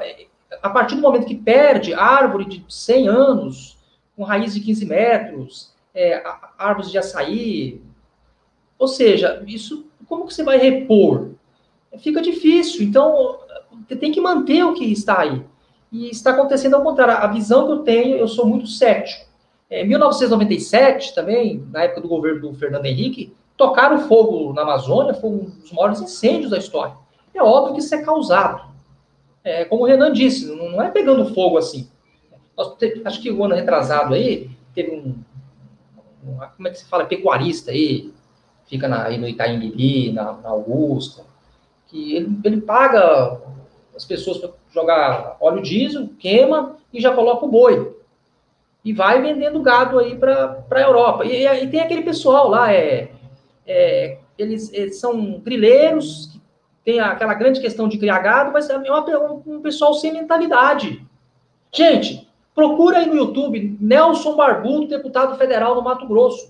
[SPEAKER 3] a partir do momento que perde árvore de 100 anos, com raiz de 15 metros, árvores de açaí, ou seja, isso, como que você vai repor? Fica difícil, então tem que manter o que está aí. E está acontecendo ao contrário. A visão que eu tenho, eu sou muito cético. Em 1997, também, na época do governo do Fernando Henrique, tocaram fogo na Amazônia, foi um dos maiores incêndios da história. É óbvio que isso é causado. Como o Renan disse, não é pegando fogo assim. Acho que o ano retrasado aí, teve como é que se fala? Pecuarista aí, fica aí no Itaim Bibi, na Augusta, que ele paga as pessoas para jogar óleo diesel, queima e já coloca o boi. E vai vendendo gado aí para a Europa. E tem aquele pessoal lá, eles são grileiros, que tem aquela grande questão de criar gado, mas é um pessoal sem mentalidade. Gente, procura aí no YouTube Nelson Barbudo, deputado federal no Mato Grosso.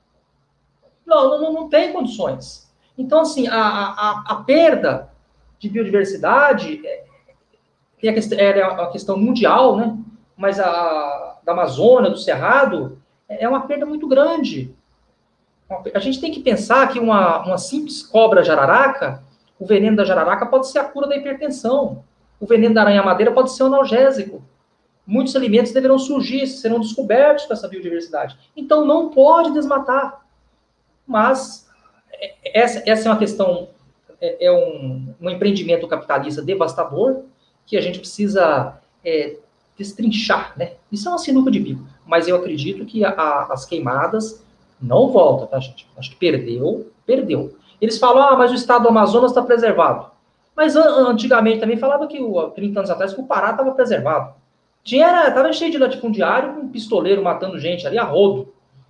[SPEAKER 3] Não tem condições. Então, assim, a perda de biodiversidade é uma questão mundial, né? Mas da Amazônia, do Cerrado, é uma perda muito grande. A gente tem que pensar que uma simples cobra jararaca, o veneno da jararaca pode ser a cura da hipertensão. O veneno da aranha-madeira pode ser um analgésico. Muitos alimentos deverão surgir, serão descobertos com essa biodiversidade. Então, não pode desmatar. Mas essa é uma questão, um empreendimento capitalista devastador que a gente precisa destrinchar, né? Isso é uma sinuca de bico. Mas eu acredito que as queimadas não voltam, tá, gente? Acho que perdeu. Eles falam, mas o estado do Amazonas está preservado. Mas antigamente também falava que, 30 anos atrás, que o Pará estava preservado. Estava cheio de latifundiário com um pistoleiro matando gente ali a rodo.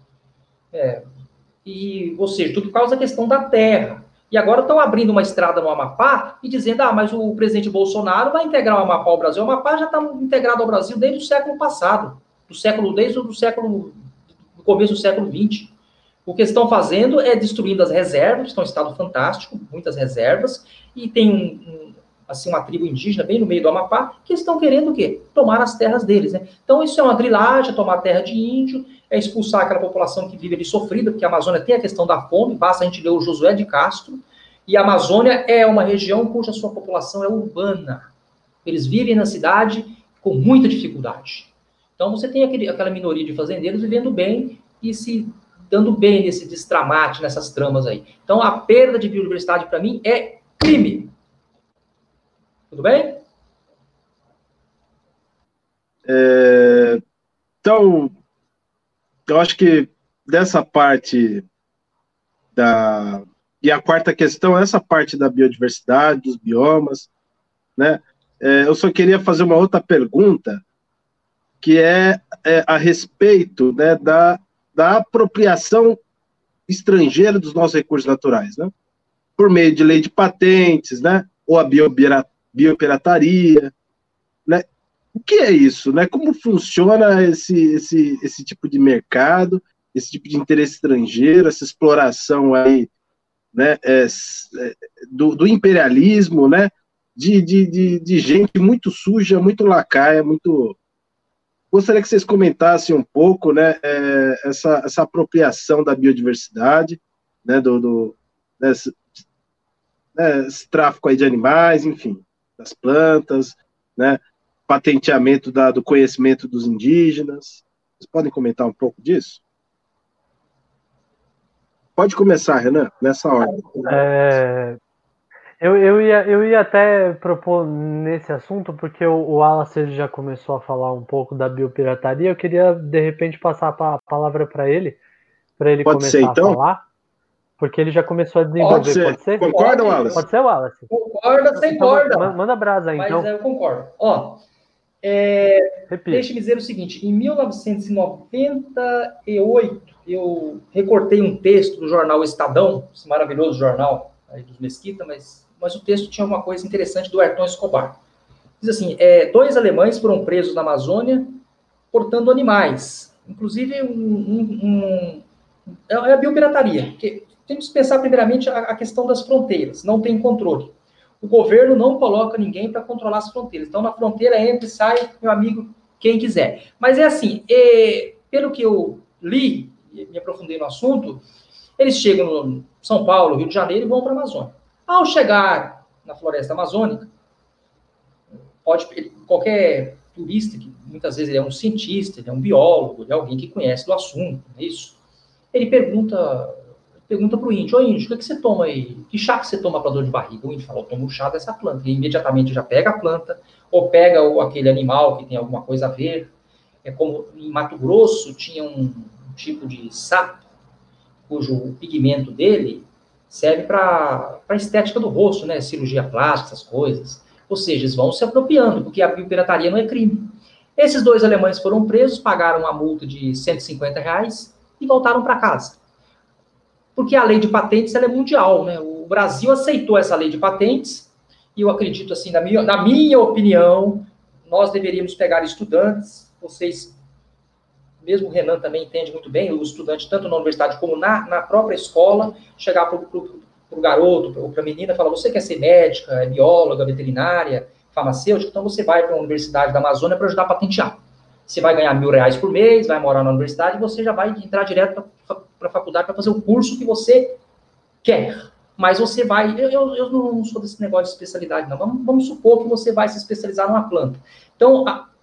[SPEAKER 3] Ou seja, tudo por causa da questão da terra. E agora estão abrindo uma estrada no Amapá e dizendo, mas o presidente Bolsonaro vai integrar o Amapá ao Brasil. O Amapá já está integrado ao Brasil desde o século passado, desde o começo do século XX. O que estão fazendo é destruindo as reservas, estão em estado fantástico, muitas reservas, e tem uma tribo indígena bem no meio do Amapá, que estão querendo o quê? Tomar as terras deles, né? Então isso é uma grilagem, tomar a terra de índio, é expulsar aquela população que vive ali sofrida, porque a Amazônia tem a questão da fome, basta a gente ler o Josué de Castro, e a Amazônia é uma região cuja sua população é urbana. Eles vivem na cidade com muita dificuldade. Então você tem aquela minoria de fazendeiros vivendo bem e se dando bem nesse destramate, nessas tramas aí. Então a perda de biodiversidade, para mim, é crime. Tudo bem?
[SPEAKER 1] Então, eu acho que dessa parte e a quarta questão, essa parte da biodiversidade, dos biomas, né? Eu só queria fazer uma outra pergunta, que é a respeito, né, da apropriação estrangeira dos nossos recursos naturais, né? Por meio de lei de patentes, né? Ou a biopirataria, né? O que é isso, né? Como funciona esse tipo de mercado, esse tipo de interesse estrangeiro, essa exploração aí, né? Do imperialismo, né? De gente muito suja, muito lacaia, muito... Gostaria que vocês comentassem um pouco, né? Essa apropriação da biodiversidade, né? Esse tráfico aí de animais, enfim, das plantas, né? Patenteamento do conhecimento dos indígenas. Vocês podem comentar um pouco disso? Pode começar, Renan, nessa ordem.
[SPEAKER 2] Eu ia até propor nesse assunto, porque o Wallace já começou a falar um pouco da biopirataria. Eu queria, de repente, passar a palavra para ele começar a falar. Porque ele já começou a desenvolver, pode ser?
[SPEAKER 1] Concorda, Wallace?
[SPEAKER 2] Pode ser, Wallace?
[SPEAKER 3] Concorda, sem corda.
[SPEAKER 2] Manda brasa aí, então.
[SPEAKER 3] Mas eu concordo. Deixe-me dizer o seguinte, em 1998, eu recortei um texto do jornal Estadão, esse maravilhoso jornal aí dos Mesquita, mas o texto tinha uma coisa interessante do Ayrton Escobar. Diz assim, 2 alemães foram presos na Amazônia portando animais. Inclusive, é a biopirataria, porque temos que pensar primeiramente a questão das fronteiras, não tem controle. o governo não coloca ninguém para controlar as fronteiras. Então, na fronteira entra e sai, meu amigo, quem quiser. Mas é assim, pelo que eu li, me aprofundei no assunto, eles chegam no São Paulo, Rio de Janeiro e vão para a Amazônia. Ao chegar na floresta amazônica, qualquer turista, que muitas vezes ele é um cientista, ele é um biólogo, ele é alguém que conhece do assunto, não é isso? Ele pergunta para o índio, ô índio, o que você toma aí? Que chá que você toma para dor de barriga? O índio fala, eu tomo o chá dessa planta. E imediatamente já pega a planta, ou pega aquele animal que tem alguma coisa a ver. É como em Mato Grosso tinha um tipo de sapo, cujo pigmento dele serve para a estética do rosto, né? Cirurgia plástica, essas coisas. Ou seja, eles vão se apropriando, porque a biopirataria não é crime. Esses 2 alemães foram presos, pagaram uma multa de R$150 e voltaram para casa. Porque a lei de patentes ela é mundial, né? O Brasil aceitou essa lei de patentes, e eu acredito, assim, na minha opinião, nós deveríamos pegar estudantes, vocês, mesmo o Renan também entende muito bem, o estudante, tanto na universidade como na própria escola, chegar para o garoto, ou para a menina, falar, você quer ser médica, é bióloga, veterinária, farmacêutica, então você vai para a Universidade da Amazônia para ajudar a patentear. Você vai ganhar R$1.000 por mês, vai morar na universidade, e você já vai entrar direto para a faculdade para fazer o curso que você quer. Mas você vai... Eu não sou desse negócio de especialidade, não. Vamos supor que você vai se especializar numa planta. Então,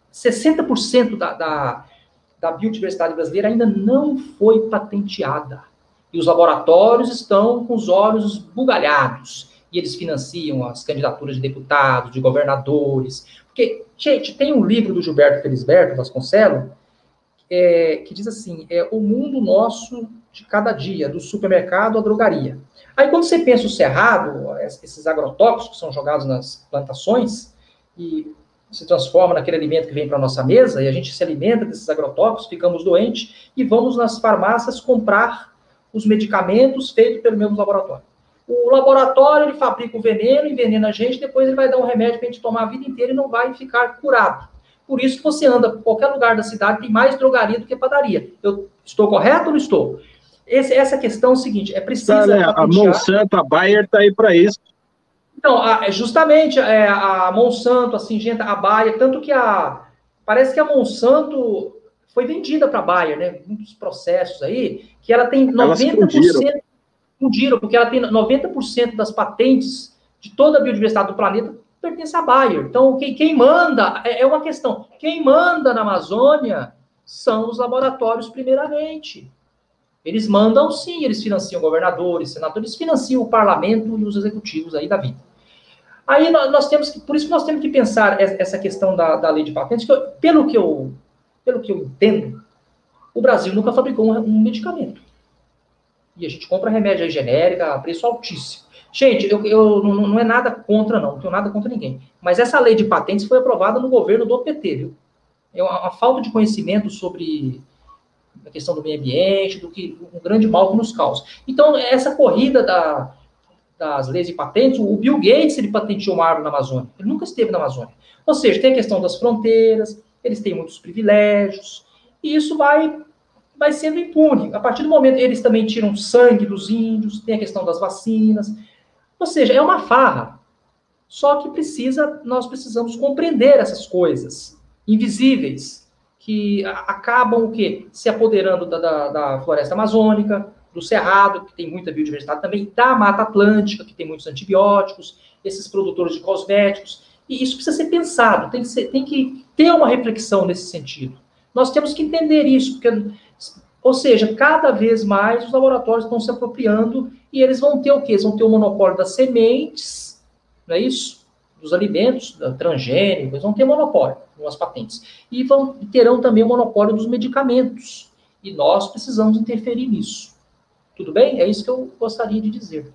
[SPEAKER 3] 60% da biodiversidade brasileira ainda não foi patenteada. E os laboratórios estão com os olhos esbugalhados. E eles financiam as candidaturas de deputados, de governadores. Porque, gente, tem um livro do Gilberto Felisberto Vasconcelos, que diz assim, o mundo nosso de cada dia, do supermercado à drogaria. Aí, quando você pensa o cerrado, esses agrotóxicos são jogados nas plantações e se transforma naquele alimento que vem para a nossa mesa, e a gente se alimenta desses agrotóxicos, ficamos doentes, e vamos nas farmácias comprar os medicamentos feitos pelo mesmo laboratório. O laboratório, ele fabrica o veneno, envenena a gente, depois ele vai dar um remédio para a gente tomar a vida inteira e não vai ficar curado. Por isso que você anda por qualquer lugar da cidade, tem mais drogaria do que padaria. Eu estou correto ou não estou? Essa questão é o seguinte, preciso...
[SPEAKER 1] A Monsanto, a Bayer está aí para isso.
[SPEAKER 3] Então, justamente, a Monsanto, a Syngenta, a Bayer, tanto que parece que a Monsanto foi vendida para a Bayer, né? Muitos processos aí, que ela tem 90%... Fundiram, porque ela tem 90% das patentes de toda a biodiversidade do planeta pertence à Bayer. Então, quem manda, é uma questão, quem manda na Amazônia são os laboratórios primeiramente. Eles mandam sim, eles financiam governadores, senadores, financiam o parlamento e os executivos aí da vida. Aí nós temos que, por isso que nós temos que pensar essa questão da lei de patentes, que pelo que eu entendo, o Brasil nunca fabricou um medicamento. E a gente compra remédio aí genérico a preço altíssimo. Gente, eu não é nada contra, não tenho nada contra ninguém. Mas essa lei de patentes foi aprovada no governo do PT, viu? É uma falta de conhecimento sobre a questão do meio ambiente, um grande mal que nos causa. Então, essa corrida das leis de patentes, o Bill Gates, ele patenteou uma árvore na Amazônia. Ele nunca esteve na Amazônia. Ou seja, tem a questão das fronteiras, eles têm muitos privilégios, e isso vai sendo impune. A partir do momento, eles também tiram sangue dos índios, tem a questão das vacinas. Ou seja, é uma farra. Só que nós precisamos compreender essas coisas invisíveis, que acabam o quê? Se apoderando da floresta amazônica, do cerrado, que tem muita biodiversidade também, da Mata Atlântica, que tem muitos antibióticos, esses produtores de cosméticos. E isso precisa ser pensado, tem que ter uma reflexão nesse sentido. Nós temos que entender isso, porque... Ou seja, cada vez mais os laboratórios estão se apropriando e eles vão ter o quê? Eles vão ter o monopólio das sementes, não é isso? Dos alimentos transgênicos, eles vão ter monopólio com as patentes. E terão também o monopólio dos medicamentos. E nós precisamos interferir nisso. Tudo bem? É isso que eu gostaria de dizer.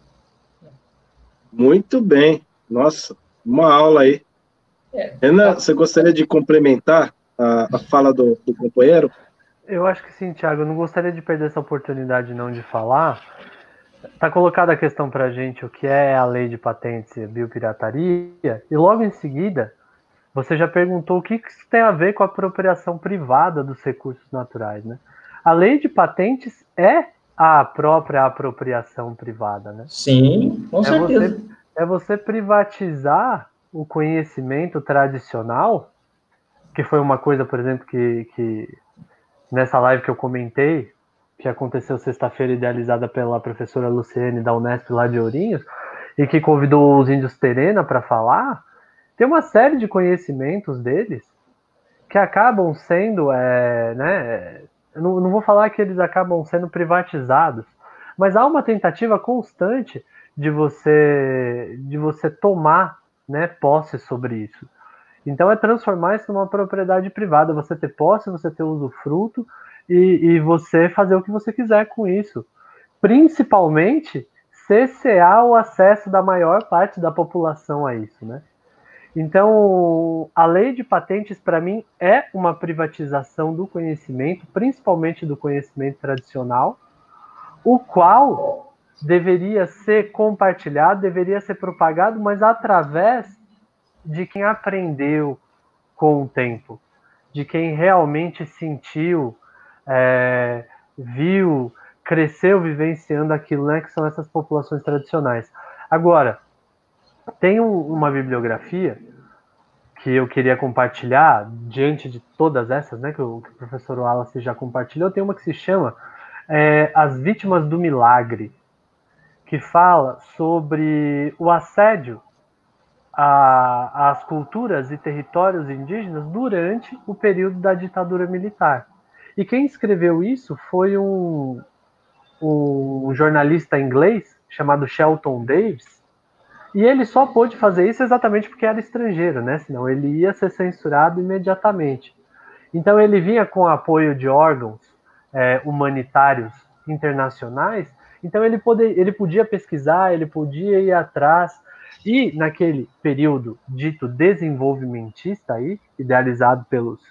[SPEAKER 1] Muito bem. Nossa, uma aula aí. Renan, você gostaria de complementar a fala do companheiro?
[SPEAKER 2] Eu acho que sim, Thiago. Eu não gostaria de perder essa oportunidade não de falar. Está colocada a questão para a gente o que é a lei de patentes e biopirataria, e logo em seguida você já perguntou o que isso tem a ver com a apropriação privada dos recursos naturais, né? A lei de patentes é a própria apropriação privada, né?
[SPEAKER 3] Sim, com certeza.
[SPEAKER 2] é você privatizar o conhecimento tradicional, que foi uma coisa, por exemplo, que nessa live que eu comentei, que aconteceu sexta-feira, idealizada pela professora Luciene da Unesp lá de Ourinhos, e que convidou os índios Terena para falar, tem uma série de conhecimentos deles que acabam sendo, eu não vou falar que eles acabam sendo privatizados, mas há uma tentativa constante de você tomar, né, posse sobre isso. Então é transformar isso numa propriedade privada, você ter posse, você ter usufruto e você fazer o que você quiser com isso. Principalmente cessear o acesso da maior parte da população a isso, né? Então, a lei de patentes, para mim, é uma privatização do conhecimento, principalmente do conhecimento tradicional, o qual deveria ser compartilhado, deveria ser propagado, mas através de quem aprendeu com o tempo, de quem realmente sentiu, viu, cresceu vivenciando aquilo, né, que são essas populações tradicionais. Agora, tem uma bibliografia que eu queria compartilhar, diante de todas essas, né, que o professor Wallace já compartilhou, tem uma que se chama As Vítimas do Milagre, que fala sobre o assédio às culturas e territórios indígenas durante o período da ditadura militar. E quem escreveu isso foi um jornalista inglês chamado Shelton Davis, e ele só pôde fazer isso exatamente porque era estrangeiro, né? Senão ele ia ser censurado imediatamente. Então ele vinha com apoio de órgãos humanitários internacionais, então ele podia pesquisar, ele podia ir atrás, e naquele período dito desenvolvimentista, aí, idealizado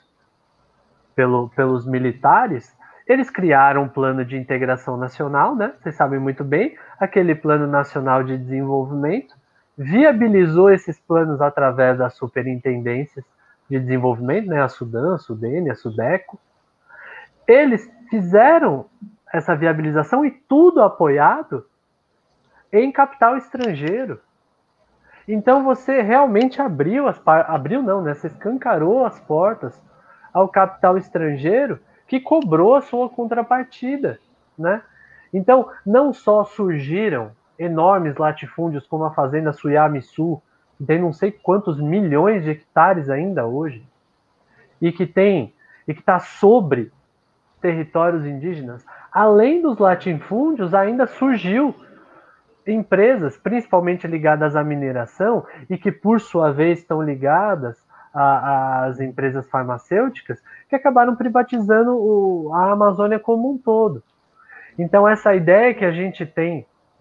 [SPEAKER 2] pelos militares, eles criaram um plano de integração nacional, né? Vocês sabem muito bem, aquele Plano Nacional de Desenvolvimento, viabilizou esses planos através das superintendências de desenvolvimento, né? A Sudan, a Sudene, a Sudeco. Eles fizeram essa viabilização e tudo apoiado em capital estrangeiro. Então você realmente você escancarou as portas ao capital estrangeiro que cobrou a sua contrapartida, né? Então, não só surgiram enormes latifúndios como a fazenda Suyami-Sul, que tem não sei quantos milhões de hectares ainda hoje, e que está sobre territórios indígenas, além dos latifúndios, ainda surgiu empresas, principalmente ligadas à mineração, e que, por sua vez, estão ligadas às empresas farmacêuticas, que acabaram privatizando a Amazônia como um todo. Então, essa ideia que a gente tem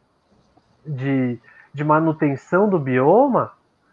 [SPEAKER 2] de manutenção do bioma,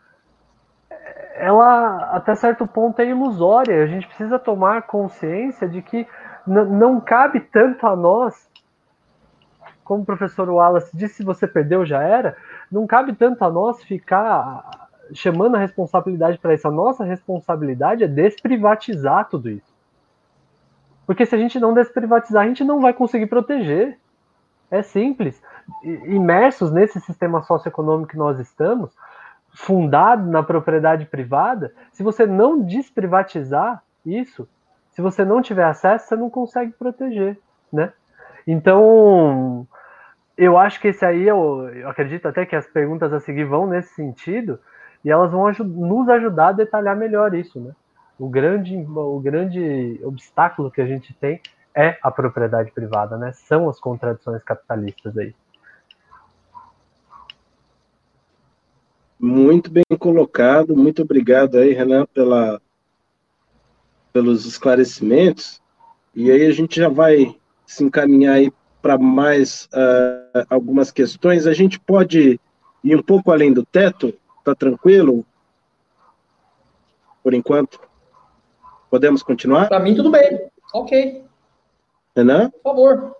[SPEAKER 2] ela, até certo ponto, é ilusória. A gente precisa tomar consciência de que não cabe tanto a nós, como o professor Wallace disse, se você perdeu, já era, não cabe tanto a nós ficar chamando a responsabilidade para isso. A nossa responsabilidade é desprivatizar tudo isso. Porque se a gente não desprivatizar, a gente não vai conseguir proteger. É simples. Imersos nesse sistema socioeconômico que nós estamos, fundado na propriedade privada, se você não desprivatizar isso, se você não tiver acesso, você não consegue proteger, né? Então, eu acho que esse aí, eu acredito até que as perguntas a seguir vão nesse sentido, e elas vão nos ajudar a detalhar melhor isso, né? O grande obstáculo que a gente tem é a propriedade privada, né? São as contradições capitalistas aí.
[SPEAKER 1] Muito bem colocado, muito obrigado aí, Renan, pelos esclarecimentos. E aí a gente já vai se encaminhar aí para mais algumas questões. A gente pode ir um pouco além do teto? Tá tranquilo? Por enquanto? Podemos continuar?
[SPEAKER 3] Para mim, tudo bem. Ok.
[SPEAKER 1] Renan?
[SPEAKER 3] Por favor.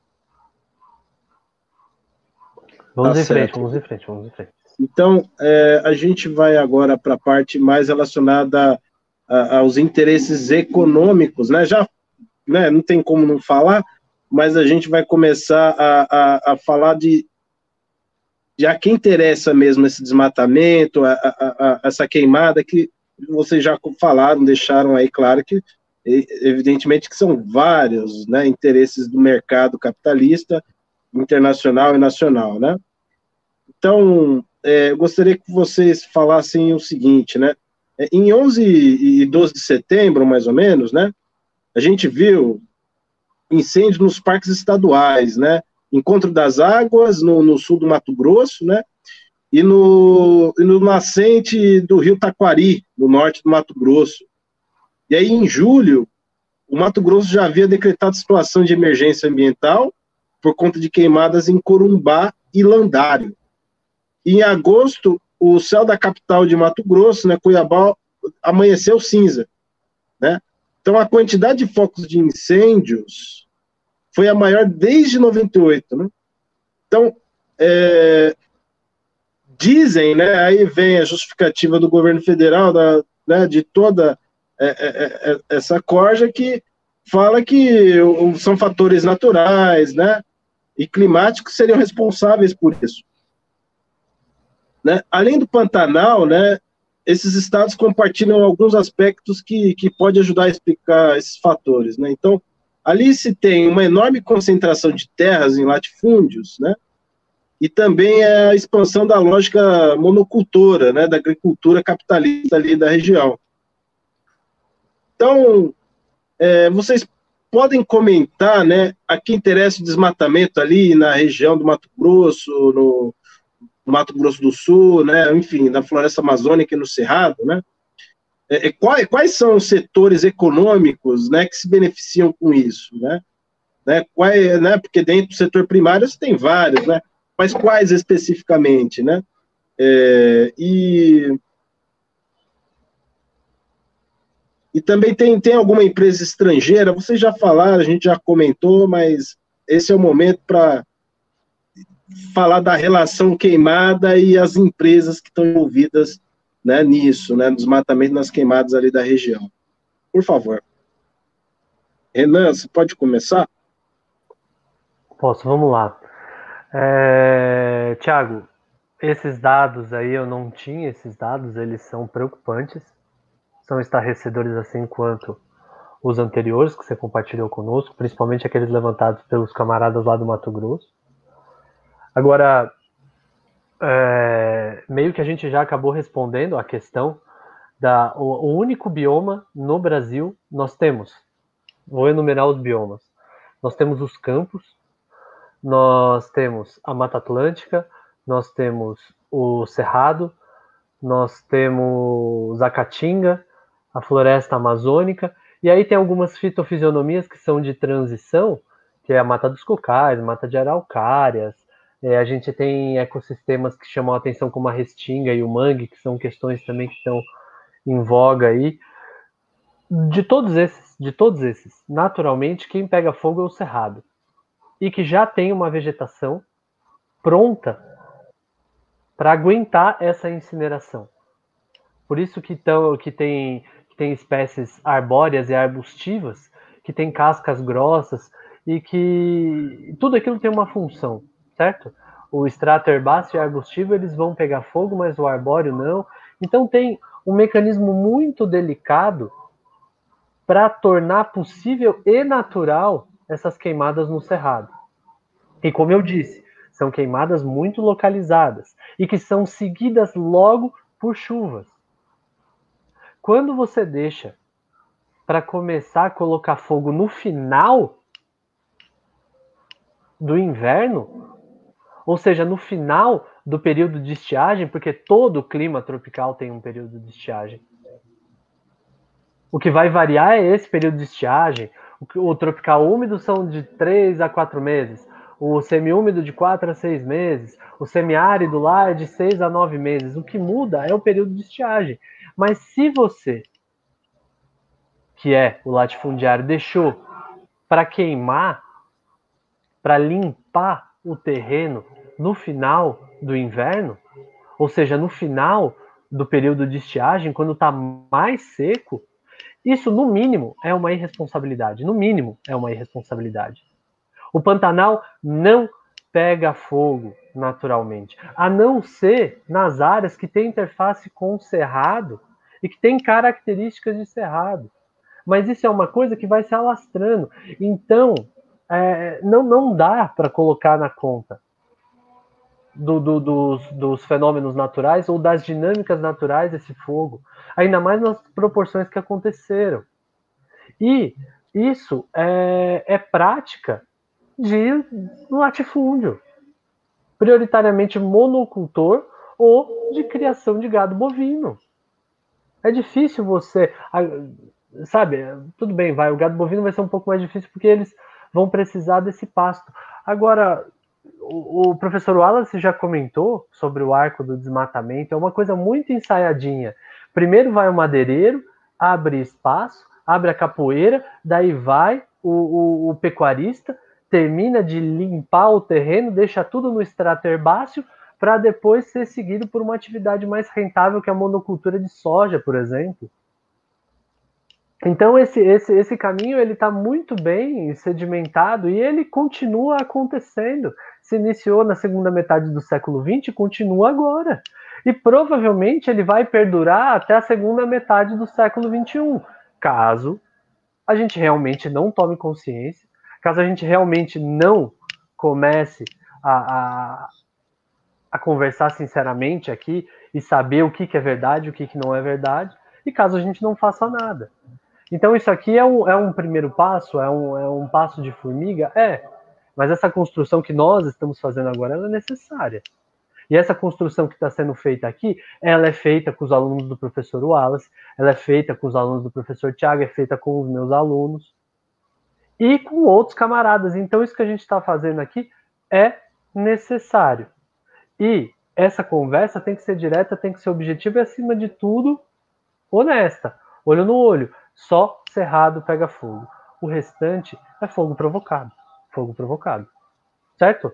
[SPEAKER 2] Vamos em frente.
[SPEAKER 1] Então, a gente vai agora para a parte mais relacionada aos interesses econômicos, né? Já, né, não tem como não falar, mas a gente vai começar a falar de já que interessa mesmo esse desmatamento, essa queimada que vocês já falaram, deixaram aí claro que, evidentemente, que são vários, né, interesses do mercado capitalista, internacional e nacional, né? Então, eu gostaria que vocês falassem o seguinte, né? Em 11 e 12 de setembro, mais ou menos, né, a gente viu incêndio nos parques estaduais, né? Encontro das Águas, no sul do Mato Grosso, né? E no nascente do rio Taquari, no norte do Mato Grosso. E aí, em julho, o Mato Grosso já havia decretado situação de emergência ambiental por conta de queimadas em Corumbá e Landário. E em agosto, o céu da capital de Mato Grosso, né, Cuiabá, amanheceu cinza, né? Então, a quantidade de focos de incêndios foi a maior desde 98, né? Então, dizem, né, aí vem a justificativa do governo federal, né, de toda essa corja, que fala que são fatores naturais, né, e climáticos que seriam responsáveis por isso. Né? Além do Pantanal, né, esses estados compartilham alguns aspectos que podem ajudar a explicar esses fatores. Né? Então, ali se tem uma enorme concentração de terras em latifúndios, né, e também a expansão da lógica monocultora, né, da agricultura capitalista ali da região. Então, vocês podem comentar, né, a que interessa o desmatamento ali na região do Mato Grosso, no Mato Grosso do Sul, né, enfim, na floresta amazônica e no Cerrado, né? Quais são os setores econômicos, né, que se beneficiam com isso, né? Porque dentro do setor primário você tem vários, né? Mas quais especificamente, né? E também tem alguma empresa estrangeira, vocês já falaram, a gente já comentou, mas esse é o momento para falar da relação queimada e as empresas que estão envolvidas, né, nisso, né, no desmatamento nas queimadas ali da região. Por favor. Renan, você pode começar?
[SPEAKER 2] Posso, vamos lá. Tiago, esses dados aí, eu não tinha esses dados, eles são preocupantes, são estarrecedores assim quanto os anteriores que você compartilhou conosco, principalmente aqueles levantados pelos camaradas lá do Mato Grosso. Agora, meio que a gente já acabou respondendo a questão o único bioma no Brasil nós temos. Vou enumerar os biomas. Nós temos os campos, nós temos a Mata Atlântica, nós temos o Cerrado, nós temos a Caatinga, a Floresta Amazônica, e aí tem algumas fitofisionomias que são de transição, que é a Mata dos Cocais, Mata de Araucárias. A gente tem ecossistemas que chamam a atenção como a Restinga e o Mangue, que são questões também que estão em voga aí. De todos esses, naturalmente, quem pega fogo é o Cerrado. E que já tem uma vegetação pronta para aguentar essa incineração. Por isso que tem espécies arbóreas e arbustivas, que tem cascas grossas, e que tudo aquilo tem uma função, certo? O extrato herbáceo e arbustivo, eles vão pegar fogo, mas o arbóreo não. Então tem um mecanismo muito delicado para tornar possível e natural essas queimadas no Cerrado. E como eu disse, são queimadas muito localizadas e que são seguidas logo por chuvas. Quando você deixa para começar a colocar fogo no final do inverno, ou seja, no final do período de estiagem, porque todo clima tropical tem um período de estiagem. O que vai variar é esse período de estiagem. O tropical úmido são de 3 a 4 meses. O semiúmido de 4 a 6 meses. O semiárido lá é de 6 a 9 meses. O que muda é o período de estiagem. Mas se você, que é o latifundiário, deixou para queimar, para limpar o terreno no final do inverno, ou seja, no final do período de estiagem, quando está mais seco, isso, no mínimo, é uma irresponsabilidade. No mínimo, é uma irresponsabilidade. O Pantanal não pega fogo naturalmente, a não ser nas áreas que tem interface com o cerrado e que tem características de cerrado. Mas isso é uma coisa que vai se alastrando. Então, não dá para colocar na conta dos fenômenos naturais ou das dinâmicas naturais esse fogo, ainda mais nas proporções que aconteceram. E isso é prática de latifúndio, prioritariamente monocultor ou de criação de gado bovino. É difícil você, sabe, tudo bem, o gado bovino vai ser um pouco mais difícil porque eles vão precisar desse pasto. Agora, o professor Wallace já comentou sobre o arco do desmatamento, é uma coisa muito ensaiadinha. Primeiro vai o madeireiro, abre espaço, abre a capoeira, daí vai o pecuarista, termina de limpar o terreno, deixa tudo no extrato herbáceo, para depois ser seguido por uma atividade mais rentável, que é a monocultura de soja, por exemplo. Então, esse caminho ele está muito bem sedimentado e ele continua acontecendo. Se iniciou na segunda metade do século XX e continua agora. E provavelmente ele vai perdurar até a segunda metade do século XXI, caso a gente realmente não tome consciência, caso a gente realmente não comece a conversar sinceramente aqui e saber o que é verdade e o que não é verdade, e caso a gente não faça nada. Então isso aqui é um primeiro passo, é um passo de formiga? Mas essa construção que nós estamos fazendo agora, ela é necessária. E essa construção que está sendo feita aqui, ela é feita com os alunos do professor Wallace, ela é feita com os alunos do professor Thiago, é feita com os meus alunos e com outros camaradas. Então isso que a gente está fazendo aqui é necessário. E essa conversa tem que ser direta, tem que ser objetiva e, acima de tudo, honesta. Olho no olho. Só cerrado pega fogo. O restante é fogo provocado. Fogo provocado. Certo?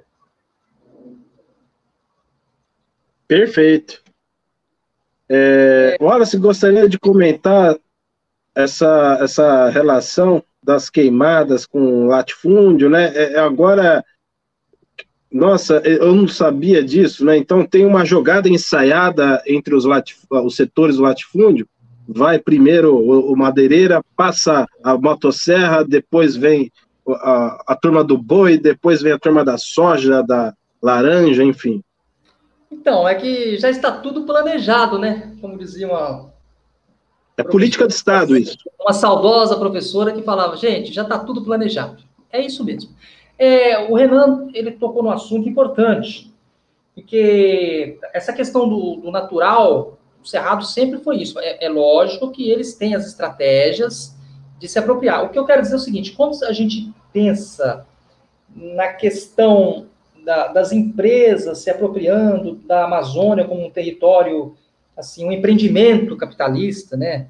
[SPEAKER 1] Perfeito. Wallace, gostaria de comentar essa relação das queimadas com latifúndio, né? Agora, nossa, eu não sabia disso, né? Então tem uma jogada ensaiada entre os setores do latifúndio. Vai primeiro o madeireira, passa a motosserra, depois vem a turma do boi, depois vem a turma da soja, da laranja, enfim.
[SPEAKER 3] Então, é que já está tudo planejado, né? Como dizia uma...
[SPEAKER 1] É política de Estado isso.
[SPEAKER 3] Uma saudosa professora que falava, gente, já está tudo planejado. É isso mesmo. O Renan, ele tocou num assunto importante, porque essa questão do natural, o Cerrado sempre foi isso. É lógico que eles têm as estratégias de se apropriar. O que eu quero dizer é o seguinte, quando a gente pensa na questão das empresas se apropriando da Amazônia como um território, assim, um empreendimento capitalista, né,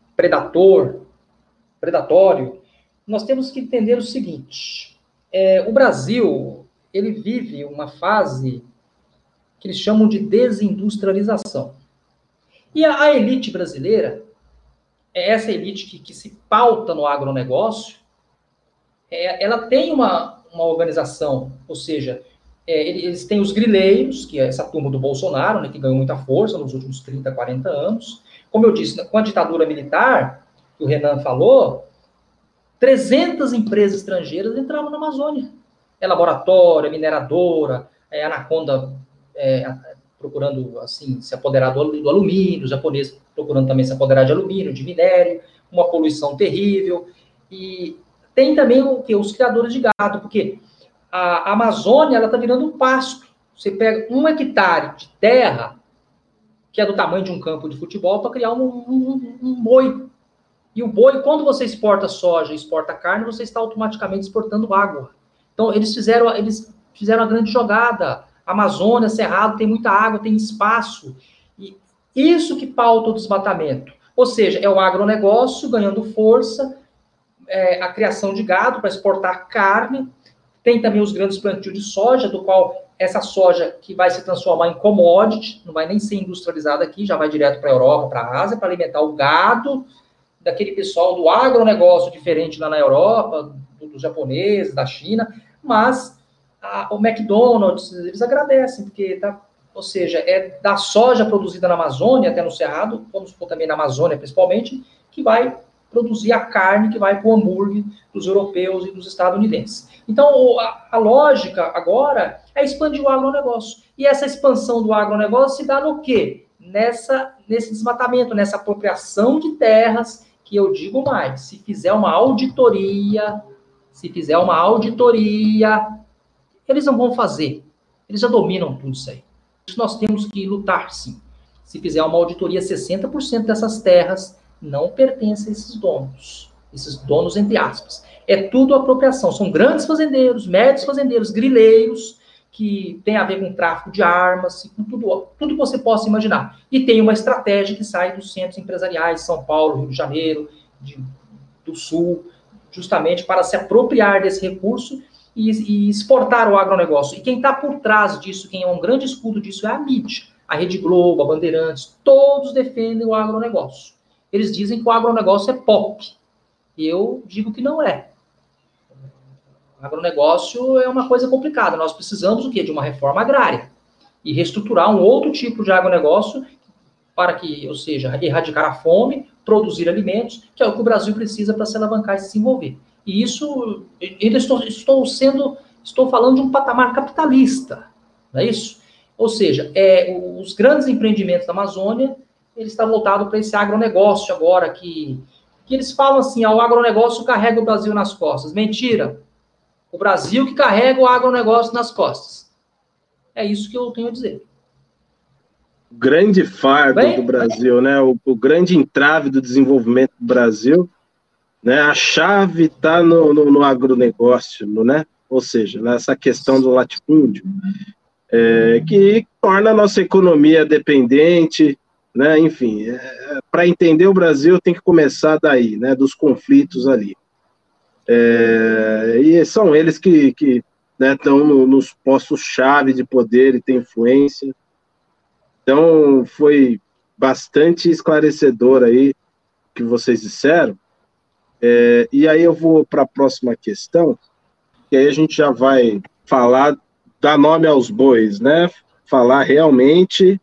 [SPEAKER 3] predatório, nós temos que entender o seguinte, o Brasil, ele vive uma fase que eles chamam de desindustrialização. E a elite brasileira, essa elite que se pauta no agronegócio, ela tem uma organização, ou seja, eles têm os grileiros, que é essa turma do Bolsonaro, né, que ganhou muita força nos últimos 30, 40 anos. Como eu disse, com a ditadura militar, que o Renan falou, 300 empresas estrangeiras entraram na Amazônia. Laboratório, mineradora, Anaconda procurando assim, se apoderar do alumínio, os japoneses procurando também se apoderar de alumínio, de minério, uma poluição terrível. E tem também os criadores de gado, porque a Amazônia está virando um pasto. Você pega 1 hectare de terra, que é do tamanho de um campo de futebol, para criar um boi. E o boi, quando você exporta soja e exporta carne, você está automaticamente exportando água. Então, eles fizeram a grande jogada. Amazônia, Cerrado, tem muita água, tem espaço. E isso que pauta o desmatamento. Ou seja, é o agronegócio ganhando força, a criação de gado para exportar carne. Tem também os grandes plantios de soja, do qual essa soja que vai se transformar em commodity, não vai nem ser industrializada aqui, já vai direto para a Europa, para a Ásia, para alimentar o gado daquele pessoal do agronegócio diferente lá na Europa, dos japoneses, da China, mas o McDonald's, eles agradecem, porque ou seja, é da soja produzida na Amazônia, até no Cerrado, vamos supor também na Amazônia principalmente, que vai produzir a carne que vai para o hambúrguer dos europeus e dos estadunidenses. Então, a lógica agora é expandir o agronegócio. E essa expansão do agronegócio se dá no quê? Nesse desmatamento, nessa apropriação de terras, que eu digo mais, se fizer uma auditoria, eles não vão fazer. Eles já dominam tudo isso aí. Isso nós temos que lutar, sim. Se fizer uma auditoria, 60% dessas terras não pertencem a esses donos entre aspas. É tudo apropriação. São grandes fazendeiros, médios fazendeiros, grileiros, que tem a ver com tráfico de armas, com tudo que você possa imaginar. E tem uma estratégia que sai dos centros empresariais, São Paulo, Rio de Janeiro, do Sul, justamente para se apropriar desse recurso e exportar o agronegócio. E quem está por trás disso, quem é um grande escudo disso, é a mídia. A Rede Globo, a Bandeirantes, todos defendem o agronegócio. Eles dizem que o agronegócio é pop. E eu digo que não é. O agronegócio é uma coisa complicada. Nós precisamos o quê? De uma reforma agrária. E reestruturar um outro tipo de agronegócio para que, ou seja, erradicar a fome, produzir alimentos, que é o que o Brasil precisa para se alavancar e se desenvolver. E isso, ainda estou falando de um patamar capitalista, não é isso? Ou seja, os grandes empreendimentos da Amazônia, eles estão voltados para esse agronegócio agora, que eles falam assim, o agronegócio carrega o Brasil nas costas. Mentira! O Brasil que carrega o agronegócio nas costas. É isso que eu tenho a dizer.
[SPEAKER 1] O grande fardo do Brasil, né? O grande entrave do desenvolvimento do Brasil, né? A chave está no agronegócio, né? Ou seja, nessa questão do latifúndio, que torna a nossa economia dependente, né? Enfim, para entender o Brasil tem que começar daí, né? Dos conflitos ali. E são eles que estão nos postos-chave de poder e têm influência. Então, foi bastante esclarecedor aí o que vocês disseram. E aí eu vou para a próxima questão, que aí a gente já vai falar, dar nome aos bois, né? Falar realmente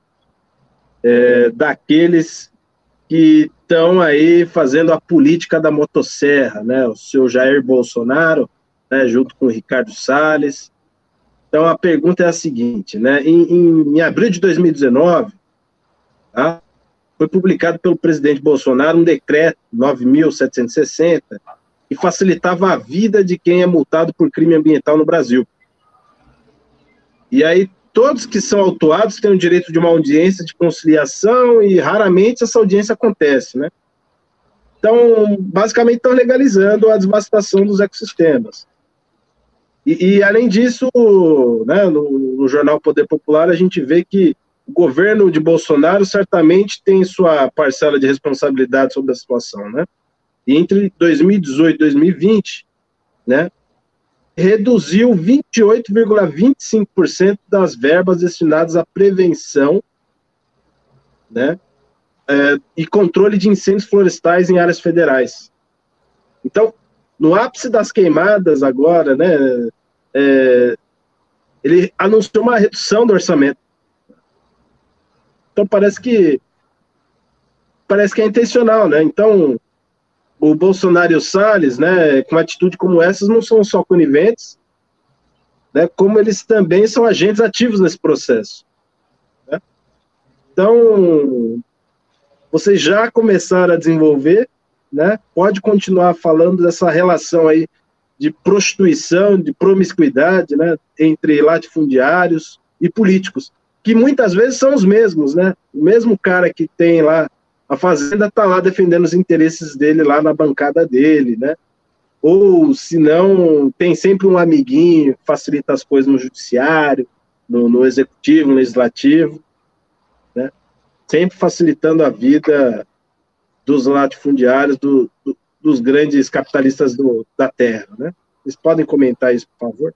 [SPEAKER 1] daqueles que estão aí fazendo a política da motosserra, né? O seu Jair Bolsonaro, né? Junto com o Ricardo Salles. Então, a pergunta é a seguinte, né? Em abril de 2019, tá? Foi publicado pelo presidente Bolsonaro um decreto 9.760 que facilitava a vida de quem é multado por crime ambiental no Brasil. E aí, todos que são autuados têm o direito de uma audiência de conciliação e raramente essa audiência acontece, né? Então, basicamente, estão legalizando a devastação dos ecossistemas. E além disso, né, no jornal Poder Popular, a gente vê que o governo de Bolsonaro certamente tem sua parcela de responsabilidade sobre a situação, né? E entre 2018 e 2020, né, reduziu 28,25% das verbas destinadas à prevenção, né, e controle de incêndios florestais em áreas federais. Então, no ápice das queimadas agora, né, ele anunciou uma redução do orçamento. Então parece que é intencional, né? Então o Bolsonaro e o Salles, né, com atitude como essas, não são só coniventes, né, como eles também são agentes ativos nesse processo, né? Então vocês já começaram a desenvolver, né? Pode continuar falando dessa relação aí de prostituição, de promiscuidade, né, entre latifundiários e políticos, que muitas vezes são os mesmos, né? O mesmo cara que tem lá a fazenda está lá defendendo os interesses dele lá na bancada dele, né? Ou, se não, tem sempre um amiguinho que facilita as coisas no judiciário, no executivo, no legislativo, né? Sempre facilitando a vida dos latifundiários, dos grandes capitalistas da terra, né? Vocês podem comentar isso, por favor?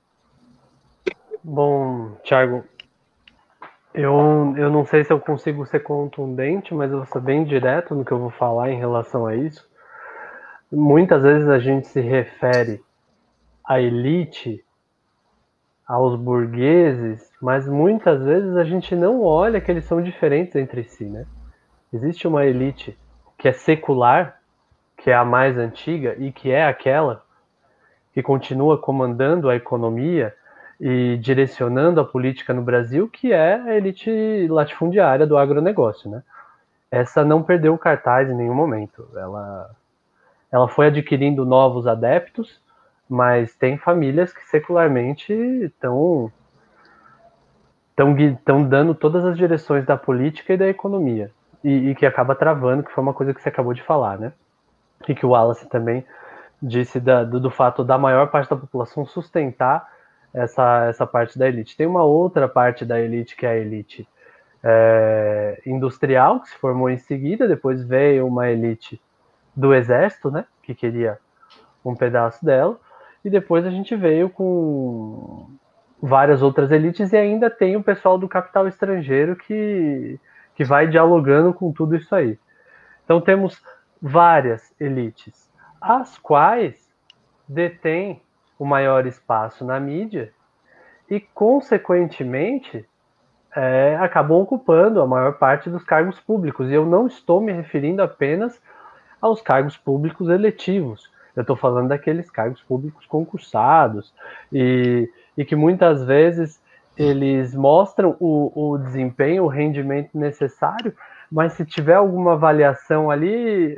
[SPEAKER 2] Bom, Thiago, eu não sei se eu consigo ser contundente, mas eu vou ser bem direto no que eu vou falar em relação a isso. Muitas vezes a gente se refere à elite aos burgueses, mas muitas vezes a gente não olha que eles são diferentes entre si, né? Existe uma elite que é secular, que é a mais antiga e que é aquela que continua comandando a economia e direcionando a política no Brasil, que é a elite latifundiária do agronegócio, né? Essa não perdeu o cartaz em nenhum momento. Ela foi adquirindo novos adeptos, mas tem famílias que secularmente estão dando todas as direções da política e da economia, e que acaba travando, que foi uma coisa que você acabou de falar, né? E que o Wallace também disse do fato da maior parte da população sustentar essa parte da elite. Tem uma outra parte da elite, que é a elite industrial, que se formou em seguida, depois veio uma elite do exército, né, que queria um pedaço dela, e depois a gente veio com várias outras elites, e ainda tem o pessoal do capital estrangeiro que vai dialogando com tudo isso aí. Então temos várias elites, as quais detêm o maior espaço na mídia e, consequentemente, acabam ocupando a maior parte dos cargos públicos. E eu não estou me referindo apenas aos cargos públicos eletivos. Eu estou falando daqueles cargos públicos concursados e que muitas vezes eles mostram o desempenho, o rendimento necessário, mas se tiver alguma avaliação ali,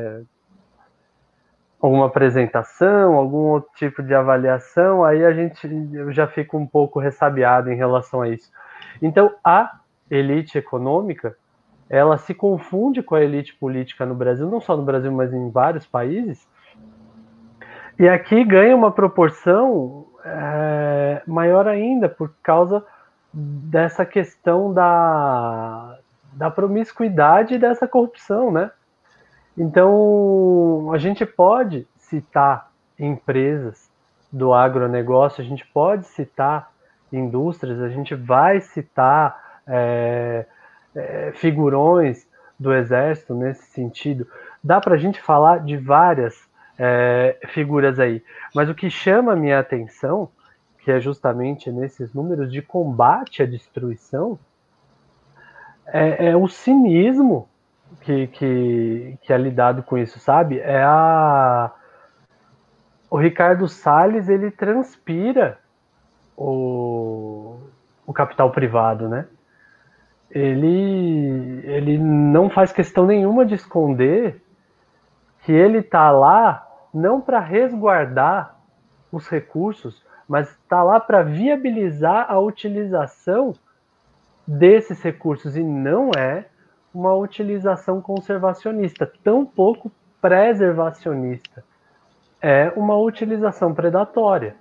[SPEAKER 2] alguma apresentação, algum outro tipo de avaliação, aí eu já fico um pouco ressabiado em relação a isso. Então, a elite econômica, ela se confunde com a elite política no Brasil, não só no Brasil, mas em vários países, e aqui ganha uma proporção maior ainda por causa dessa questão da promiscuidade e dessa corrupção, né? Então, a gente pode citar empresas do agronegócio, a gente pode citar indústrias, a gente vai citar figurões do exército nesse sentido. Dá para a gente falar de várias figuras aí, mas o que chama a minha atenção, que é justamente nesses números de combate à destruição, é o cinismo que é lidado com isso, sabe? O Ricardo Salles, ele transpira o capital privado, né? Ele não faz questão nenhuma de esconder que ele está lá não para resguardar os recursos, mas está lá para viabilizar a utilização desses recursos, e não é uma utilização conservacionista, tampouco preservacionista. É uma utilização predatória.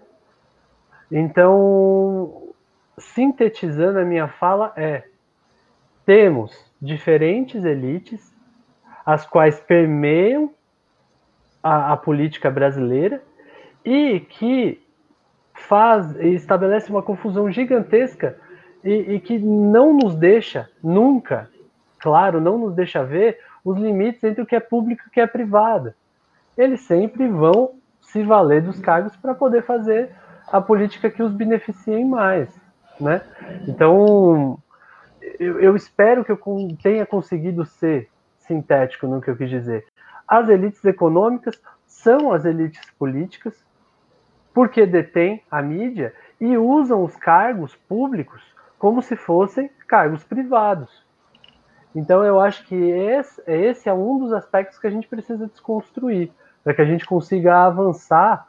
[SPEAKER 2] Então, sintetizando a minha fala, temos diferentes elites, as quais permeiam a política brasileira e que estabelece uma confusão gigantesca e que não nos deixa nunca, claro, não nos deixa ver os limites entre o que é público e o que é privado. Eles sempre vão se valer dos cargos para poder fazer a política que os beneficiem mais, né? Então, eu espero que eu tenha conseguido ser sintético no que eu quis dizer. As elites econômicas são as elites políticas, porque detêm a mídia e usam os cargos públicos como se fossem cargos privados. Então, eu acho que esse é um dos aspectos que a gente precisa desconstruir, para que a gente consiga avançar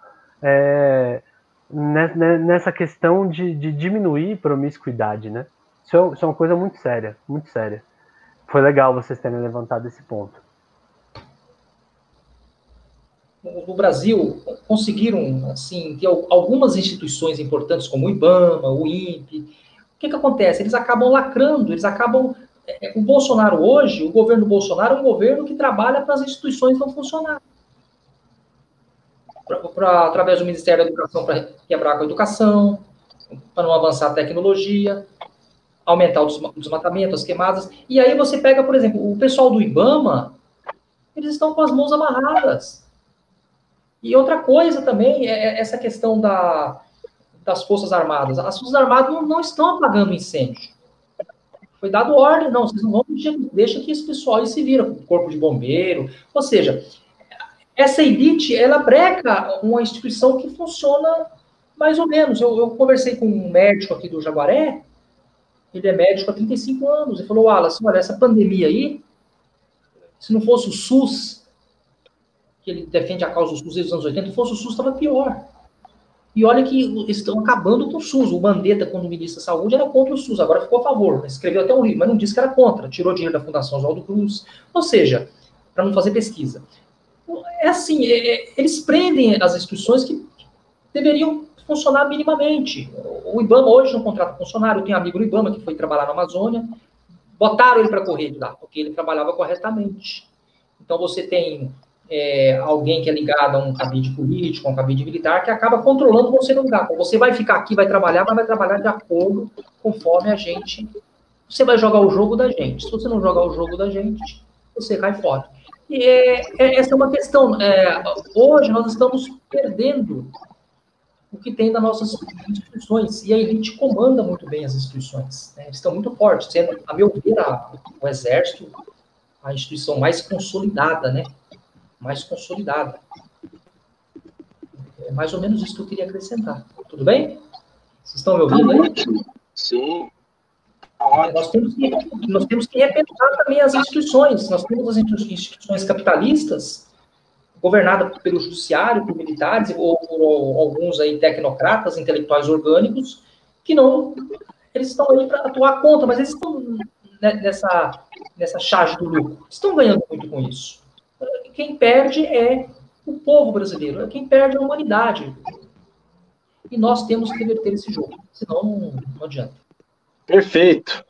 [SPEAKER 2] nessa questão de diminuir promiscuidade, né? Isso é uma coisa muito séria, muito séria. Foi legal vocês terem levantado esse ponto.
[SPEAKER 3] No Brasil, conseguiram assim, ter algumas instituições importantes, como o IBAMA, o INPE. O que acontece? Eles acabam lacrando, o Bolsonaro hoje, o governo Bolsonaro é um governo que trabalha para as instituições não funcionarem. Através do Ministério da Educação, para quebrar com a educação, para não avançar a tecnologia, aumentar o desmatamento, as queimadas. E aí você pega, por exemplo, o pessoal do IBAMA, eles estão com as mãos amarradas. E outra coisa também é essa questão das Forças Armadas. As Forças Armadas não estão apagando incêndio. Foi dado ordem, não, vocês não vão mexer, deixa que esse pessoal aí se vira, o corpo de bombeiro. Ou seja, essa elite, ela breca uma instituição que funciona mais ou menos. Eu conversei com um médico aqui do Jaguaré, ele é médico há 35 anos, ele falou, Wallace, olha, essa pandemia aí, se não fosse o SUS, que ele defende a causa do SUS desde os anos 80, se fosse o SUS, estava pior. E olha que eles estão acabando com o SUS. O Mandetta, quando ministro da Saúde, era contra o SUS, agora ficou a favor. Escreveu até um livro, mas não disse que era contra. Tirou dinheiro da Fundação Oswaldo Cruz. Ou seja, para não fazer pesquisa. É assim, eles prendem as instituições que deveriam funcionar minimamente. O IBAMA hoje não contrata funcionário. Eu tenho um amigo do IBAMA que foi trabalhar na Amazônia. Botaram ele para correr de lá, porque ele trabalhava corretamente. Então você tem alguém que é ligado a um cabide político, a um cabide militar, que acaba controlando você no lugar. Então, você vai ficar aqui, vai trabalhar, mas vai trabalhar de acordo conforme a gente... Você vai jogar o jogo da gente. Se você não jogar o jogo da gente, você cai fora. E essa é uma questão. Hoje nós estamos perdendo o que tem das nossas instituições. E a elite comanda muito bem as instituições. Né? Eles estão muito fortes, sendo, a meu ver, o Exército a instituição mais consolidada, né? Mais consolidada. É mais ou menos isso que eu queria acrescentar. Tudo bem? Vocês estão me ouvindo aí?
[SPEAKER 1] Sim.
[SPEAKER 3] Nós temos que repensar também as instituições. Nós temos as instituições capitalistas, governadas pelo judiciário, por militares, ou por alguns aí tecnocratas, intelectuais orgânicos, que não... Eles estão aí para atuar contra, mas eles estão nessa charge do lucro. Estão ganhando muito com isso. Quem perde é o povo brasileiro. Quem perde é a humanidade. E nós temos que reverter esse jogo. Senão, não adianta.
[SPEAKER 1] Perfeito.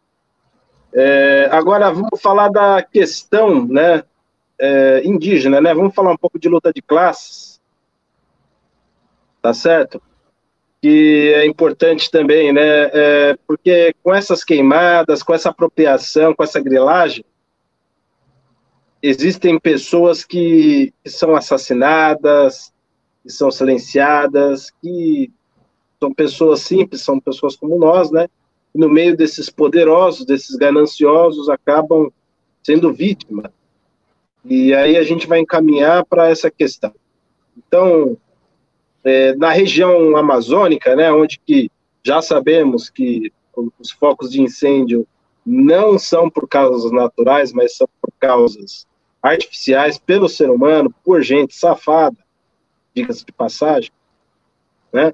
[SPEAKER 1] Agora, vamos falar da questão, né, indígena, né? Vamos falar um pouco de luta de classes. Tá certo? Que é importante também, né? Porque com essas queimadas, com essa apropriação, com essa grilagem, existem pessoas que são assassinadas, que são silenciadas, que são pessoas simples, são pessoas como nós, né? E no meio desses poderosos, desses gananciosos, acabam sendo vítimas. E aí a gente vai encaminhar para essa questão. Então, na região amazônica, né, onde que já sabemos que os focos de incêndio não são por causas naturais, mas são por causas artificiais pelo ser humano, por gente safada, diga-se de passagem, né?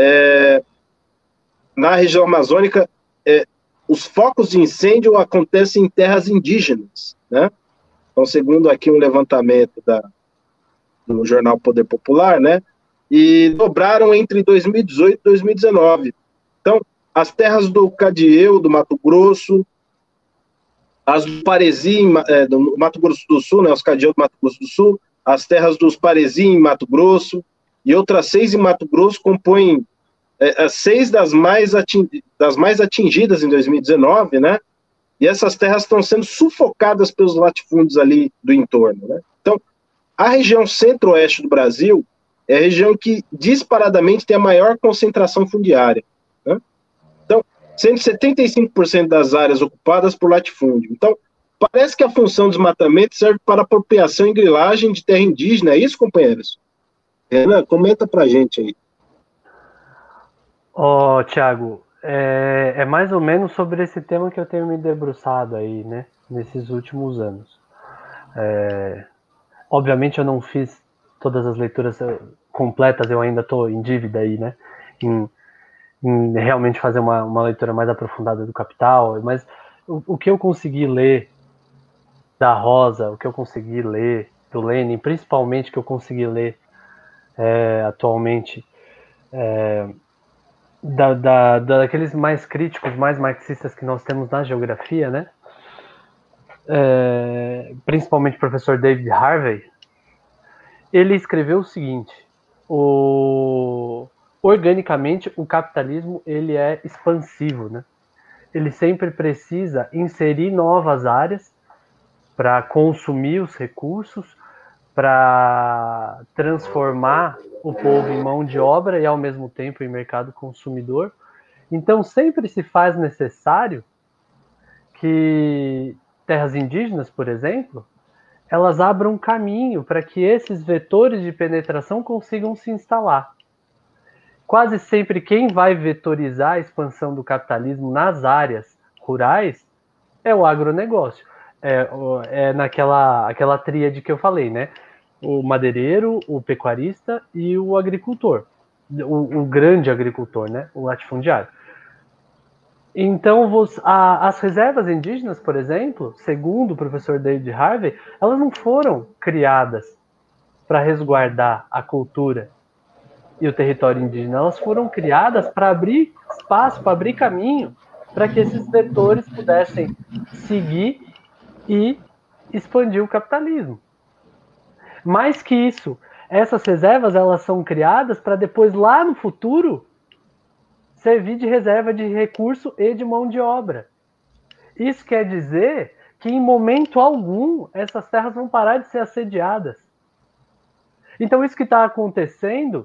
[SPEAKER 1] Na região amazônica, os focos de incêndio acontecem em terras indígenas, né? Então, segundo aqui um levantamento do jornal Poder Popular, né? E dobraram entre 2018 e 2019. Então, as terras do Cadieu, do Mato Grosso, as do Paresi, do Mato Grosso do Sul, né, os Cadieu do Mato Grosso do Sul, as terras dos Paresi em Mato Grosso, e outras 6 em Mato Grosso compõem as 6 das mais atingidas em 2019, né? E essas terras estão sendo sufocadas pelos latifúndios ali do entorno, né? Então, a região centro-oeste do Brasil é a região que disparadamente tem a maior concentração fundiária, né? Então, 175% das áreas ocupadas por latifúndio. Então, parece que a função do desmatamento serve para apropriação e grilagem de terra indígena. É isso, companheiros? Renan, comenta pra gente aí.
[SPEAKER 2] Tiago, é mais ou menos sobre esse tema que eu tenho me debruçado aí, né, nesses últimos anos. Obviamente eu não fiz todas as leituras completas, eu ainda estou em dívida aí, né, em realmente fazer uma leitura mais aprofundada do Capital, mas o que eu consegui ler da Rosa, o que eu consegui ler do Lenin, principalmente o que eu consegui ler atualmente, daqueles mais críticos, mais marxistas que nós temos na geografia, né? Principalmente o professor David Harvey, ele escreveu o seguinte: organicamente o capitalismo ele é expansivo, né? Ele sempre precisa inserir novas áreas para consumir os recursos, para transformar o povo em mão de obra e, ao mesmo tempo, em mercado consumidor. Então, sempre se faz necessário que terras indígenas, por exemplo, elas abram caminho para que esses vetores de penetração consigam se instalar. Quase sempre quem vai vetorizar a expansão do capitalismo nas áreas rurais é o agronegócio. É aquela tríade que eu falei, né? O madeireiro, o pecuarista e o agricultor. O grande agricultor, né? O latifundiário. Então, as reservas indígenas, por exemplo, segundo o professor David Harvey, elas não foram criadas para resguardar a cultura e o território indígena, elas foram criadas para abrir espaço, para abrir caminho, para que esses vetores pudessem seguir e expandir o capitalismo. Mais que isso, essas reservas elas são criadas para depois, lá no futuro, servir de reserva de recurso e de mão de obra. Isso quer dizer que, em momento algum, essas terras vão parar de ser assediadas. Então, isso que está acontecendo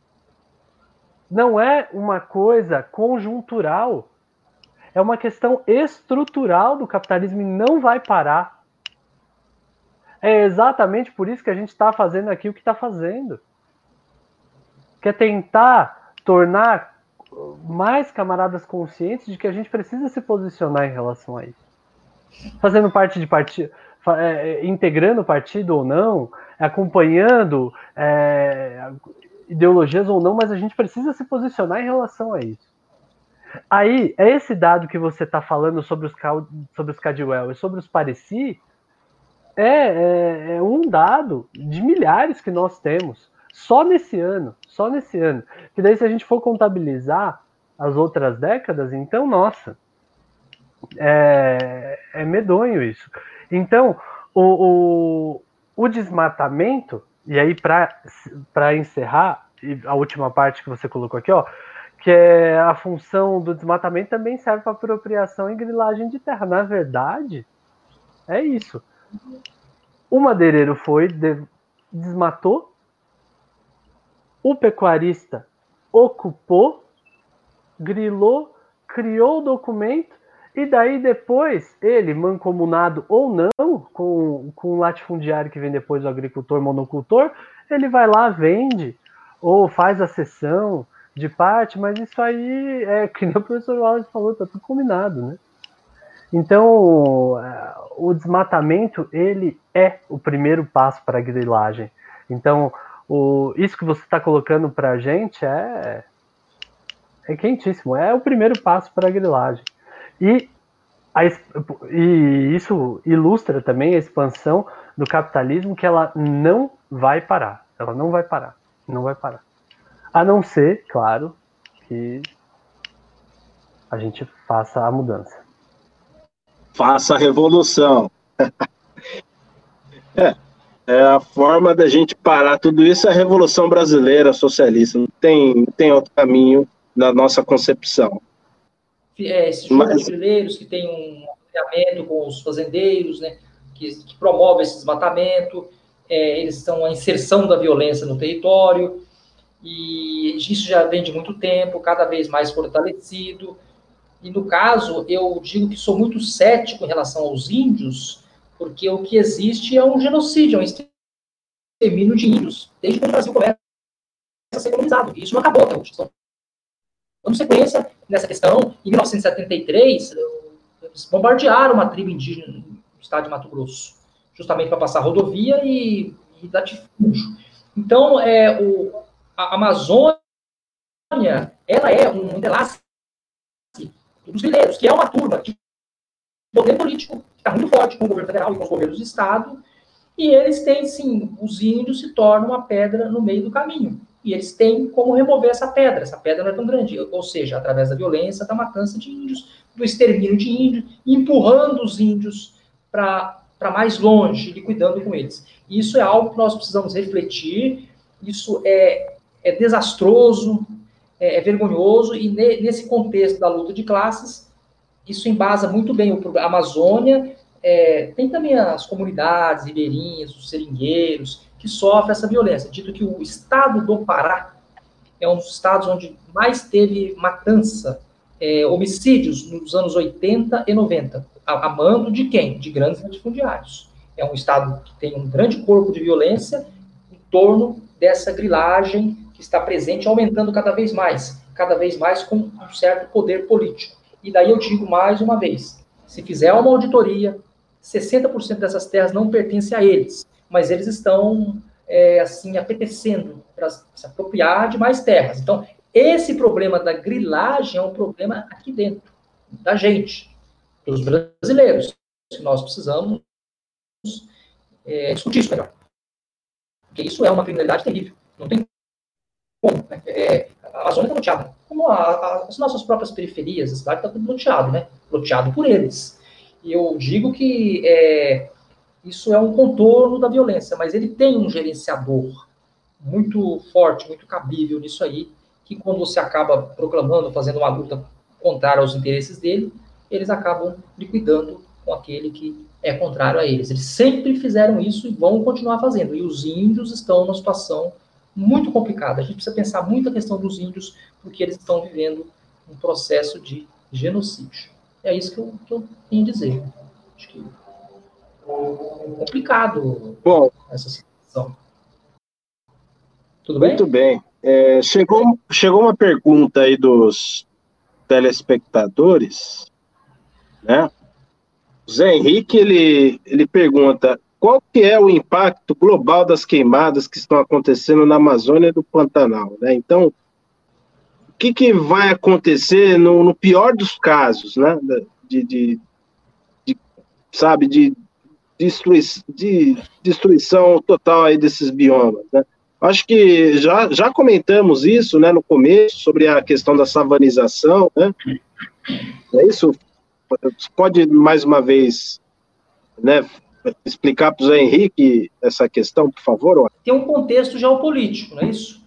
[SPEAKER 2] não é uma coisa conjuntural, é uma questão estrutural do capitalismo e não vai parar. É exatamente por isso que a gente está fazendo aqui o que está fazendo. Que é tentar tornar mais camaradas conscientes de que a gente precisa se posicionar em relação a isso. Fazendo parte de partido, integrando o partido ou não, acompanhando ideologias ou não, mas a gente precisa se posicionar em relação a isso. Aí, esse dado que você está falando sobre os Cadwell e sobre os Pareci é um dado de milhares que nós temos só nesse ano. Que daí, se a gente for contabilizar as outras décadas, então, nossa, é medonho isso. Então, o desmatamento, e aí para encerrar, a última parte que você colocou aqui, ó, que é a função do desmatamento também serve para apropriação e grilagem de terra. Na verdade, é isso. O madeireiro desmatou, o pecuarista ocupou, grilou, criou o documento, e daí depois, ele, mancomunado ou não, com o latifundiário que vem depois do agricultor monocultor, ele vai lá, vende, ou faz a cessão de parte, mas isso aí que nem o professor Wallace falou, tá tudo combinado, né? Então, o desmatamento, ele é o primeiro passo para a grilagem. Então, isso que você está colocando para a gente é quentíssimo, é o primeiro passo para a grilagem. E isso ilustra também a expansão do capitalismo, que ela não vai parar. Ela não vai parar. Não vai parar. A não ser, claro, que a gente faça a mudança.
[SPEAKER 1] Faça a revolução. É a forma da gente parar tudo isso, é a Revolução Brasileira Socialista. Não tem outro caminho na nossa concepção.
[SPEAKER 3] Esses jogos grileiros que tem um alinhamento com os fazendeiros, né, que promove esse desmatamento, eles são a inserção da violência no território, e isso já vem de muito tempo, cada vez mais fortalecido. E, no caso, eu digo que sou muito cético em relação aos índios, porque o que existe é um genocídio, é um extermínio de índios, desde que o Brasil começa a ser colonizado. E isso não acabou até hoje. Dando sequência nessa questão, em 1973, eles bombardearam uma tribo indígena no estado de Mato Grosso, justamente para passar rodovia e latifúndio. Então, a Amazônia, ela é um enlace dos grileiros, que é uma turma de poder político que está muito forte com o governo federal e com os governos do estado, e eles têm, sim, os índios se tornam uma pedra no meio do caminho, e eles têm como remover essa pedra não é tão grande, ou seja, através da violência, da matança de índios, do extermínio de índios, empurrando os índios para mais longe e cuidando com eles. Isso é algo que nós precisamos refletir, isso é desastroso, é vergonhoso, e nesse contexto da luta de classes, isso embasa muito bem a Amazônia, tem também as comunidades ribeirinhas, os seringueiros, que sofre essa violência. Dito que o estado do Pará é um dos estados onde mais teve matança, homicídios nos anos 80 e 90. A mando de quem? De grandes latifundiários. É um estado que tem um grande corpo de violência em torno dessa grilagem que está presente, aumentando cada vez mais com um certo poder político. E daí eu digo mais uma vez, se fizer uma auditoria, 60% dessas terras não pertencem a eles, mas eles estão, assim, apetecendo para se apropriar de mais terras. Então, esse problema da grilagem é um problema aqui dentro, da gente, dos brasileiros, que nós precisamos discutir isso melhor. Porque isso é uma criminalidade terrível. Não tem como. A Amazônia está loteada. Como as nossas próprias periferias, a cidade está tudo loteado, né? Loteado por eles. E eu digo que isso é um contorno da violência, mas ele tem um gerenciador muito forte, muito cabível nisso aí, que quando você acaba proclamando, fazendo uma luta contrária aos interesses dele, eles acabam liquidando com aquele que é contrário a eles. Eles sempre fizeram isso e vão continuar fazendo. E os índios estão numa situação muito complicada. A gente precisa pensar muito a questão dos índios, porque eles estão vivendo um processo de genocídio. É isso que eu tenho a dizer. Acho que é complicado.
[SPEAKER 1] Bom,
[SPEAKER 3] essa situação. Tudo bem?
[SPEAKER 1] Muito bem. Chegou uma pergunta aí dos telespectadores, né? O Zé Henrique, ele pergunta: qual que é o impacto global das queimadas que estão acontecendo na Amazônia e no Pantanal, né? Então, o que vai acontecer no pior dos casos, né? De destruição total aí desses biomas, né? Acho que já comentamos isso, né, no começo, sobre a questão da savanização, né? É isso? Você pode, mais uma vez, né, explicar para o Zé Henrique essa questão, por favor?
[SPEAKER 3] Tem um contexto geopolítico, não é isso?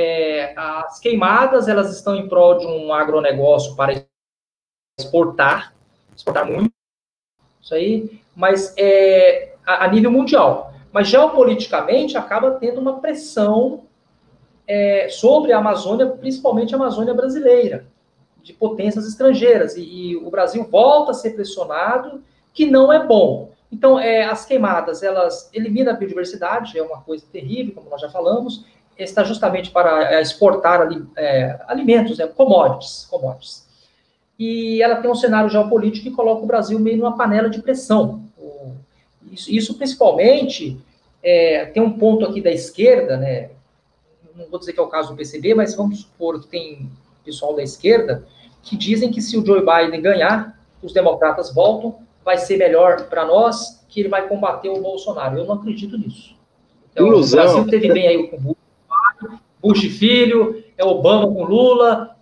[SPEAKER 3] As queimadas, elas estão em prol de um agronegócio para exportar muito, isso aí, mas a nível mundial. Mas geopoliticamente acaba tendo uma pressão sobre a Amazônia, principalmente a Amazônia brasileira, de potências estrangeiras, e o Brasil volta a ser pressionado, que não é bom. Então, as queimadas, elas eliminam a biodiversidade, é uma coisa terrível, como nós já falamos, está justamente para exportar alimentos, commodities. E ela tem um cenário geopolítico que coloca o Brasil meio numa panela de pressão. Isso principalmente, tem um ponto aqui da esquerda, né? Não vou dizer que é o caso do PCB, mas vamos supor que tem pessoal da esquerda que dizem que se o Joe Biden ganhar, os democratas voltam, vai ser melhor para nós, que ele vai combater o Bolsonaro. Eu não acredito nisso. Então, o Brasil teve bem aí com Bush filho, Obama com Lula,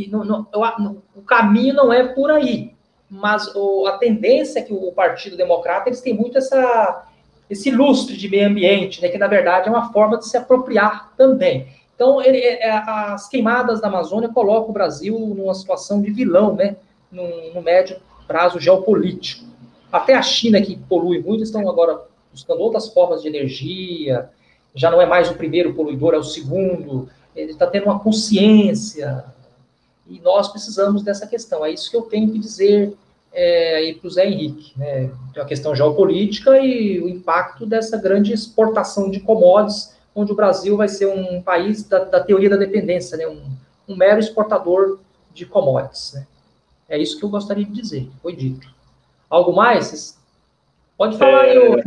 [SPEAKER 3] o caminho não é por aí. Mas a tendência é que o Partido Democrata, eles têm muito esse lustre de meio ambiente, né, que na verdade é uma forma de se apropriar também. Então, as queimadas da Amazônia colocam o Brasil numa situação de vilão, né, no médio prazo geopolítico. Até a China, que polui muito, estão agora buscando outras formas de energia, já não é mais o primeiro poluidor, é o segundo, ele está tendo uma consciência, e nós precisamos dessa questão. É isso que eu tenho que dizer aí para o Zé Henrique, né? Tem a questão geopolítica e o impacto dessa grande exportação de commodities, onde o Brasil vai ser um país da teoria da dependência, né? Um mero exportador de commodities, né? É isso que eu gostaria de dizer, foi dito. Algo mais? Pode falar aí.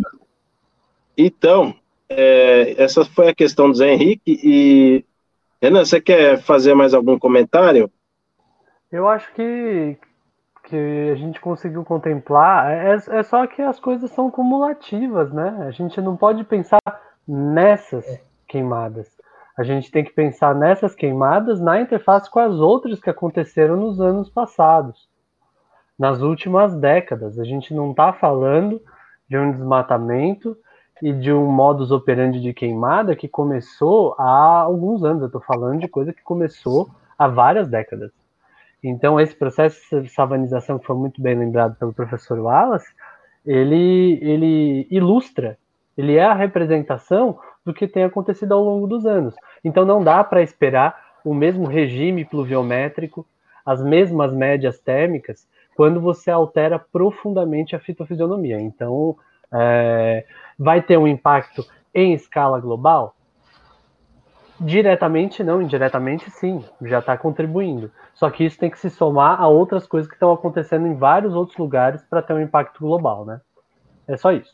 [SPEAKER 1] Então, essa foi a questão do Zé Henrique. E, Renan, você quer fazer mais algum comentário?
[SPEAKER 2] Eu acho que a gente conseguiu contemplar, é só que as coisas são cumulativas, né? A gente não pode pensar nessas queimadas. A gente tem que pensar nessas queimadas na interface com as outras que aconteceram nos anos passados, nas últimas décadas. A gente não está falando de um desmatamento e de um modus operandi de queimada que começou há alguns anos. Eu estou falando de coisa que começou há várias décadas. Então, esse processo de savanização, que foi muito bem lembrado pelo professor Wallace, ele ilustra, ele é a representação do que tem acontecido ao longo dos anos. Então não dá para esperar o mesmo regime pluviométrico, as mesmas médias térmicas, quando você altera profundamente a fitofisionomia. Então, vai ter um impacto em escala global? Diretamente não, indiretamente sim, já está contribuindo. Só que isso tem que se somar a outras coisas que estão acontecendo em vários outros lugares para ter um impacto global, né? É só isso.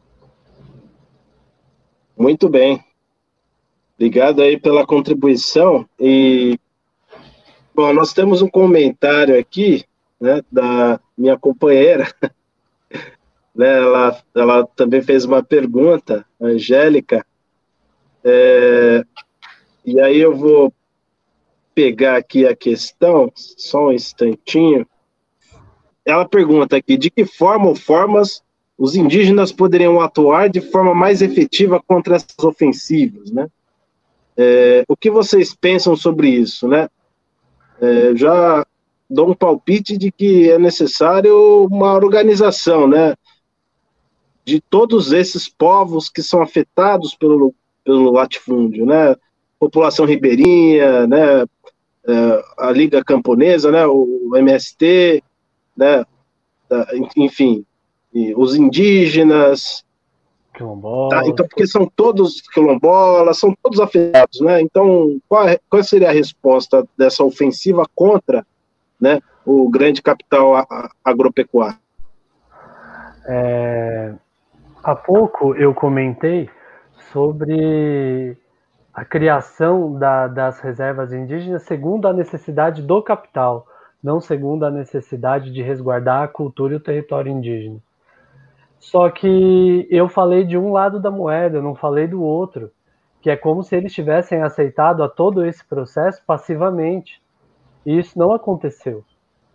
[SPEAKER 1] Muito bem. Obrigado aí pela contribuição. E, bom, nós temos um comentário aqui, né, da minha companheira, né, ela também fez uma pergunta, Angélica, e aí eu vou pegar aqui a questão, só um instantinho. Ela pergunta aqui, de que forma ou formas os indígenas poderiam atuar de forma mais efetiva contra essas ofensivas, né? O que vocês pensam sobre isso, né? Já dou um palpite de que é necessário uma organização, né? De todos esses povos que são afetados pelo latifúndio, né? População ribeirinha, né? A Liga Camponesa, né? O MST, né? Enfim, os indígenas, tá? Então, porque são todos quilombolas, são todos afetados, né? Então, qual seria a resposta dessa ofensiva contra, né, o grande capital agropecuário?
[SPEAKER 2] Há pouco eu comentei sobre a criação das reservas indígenas segundo a necessidade do capital, não segundo a necessidade de resguardar a cultura e o território indígena. Só que eu falei de um lado da moeda, eu não falei do outro, que é como se eles tivessem aceitado a todo esse processo passivamente. E isso não aconteceu.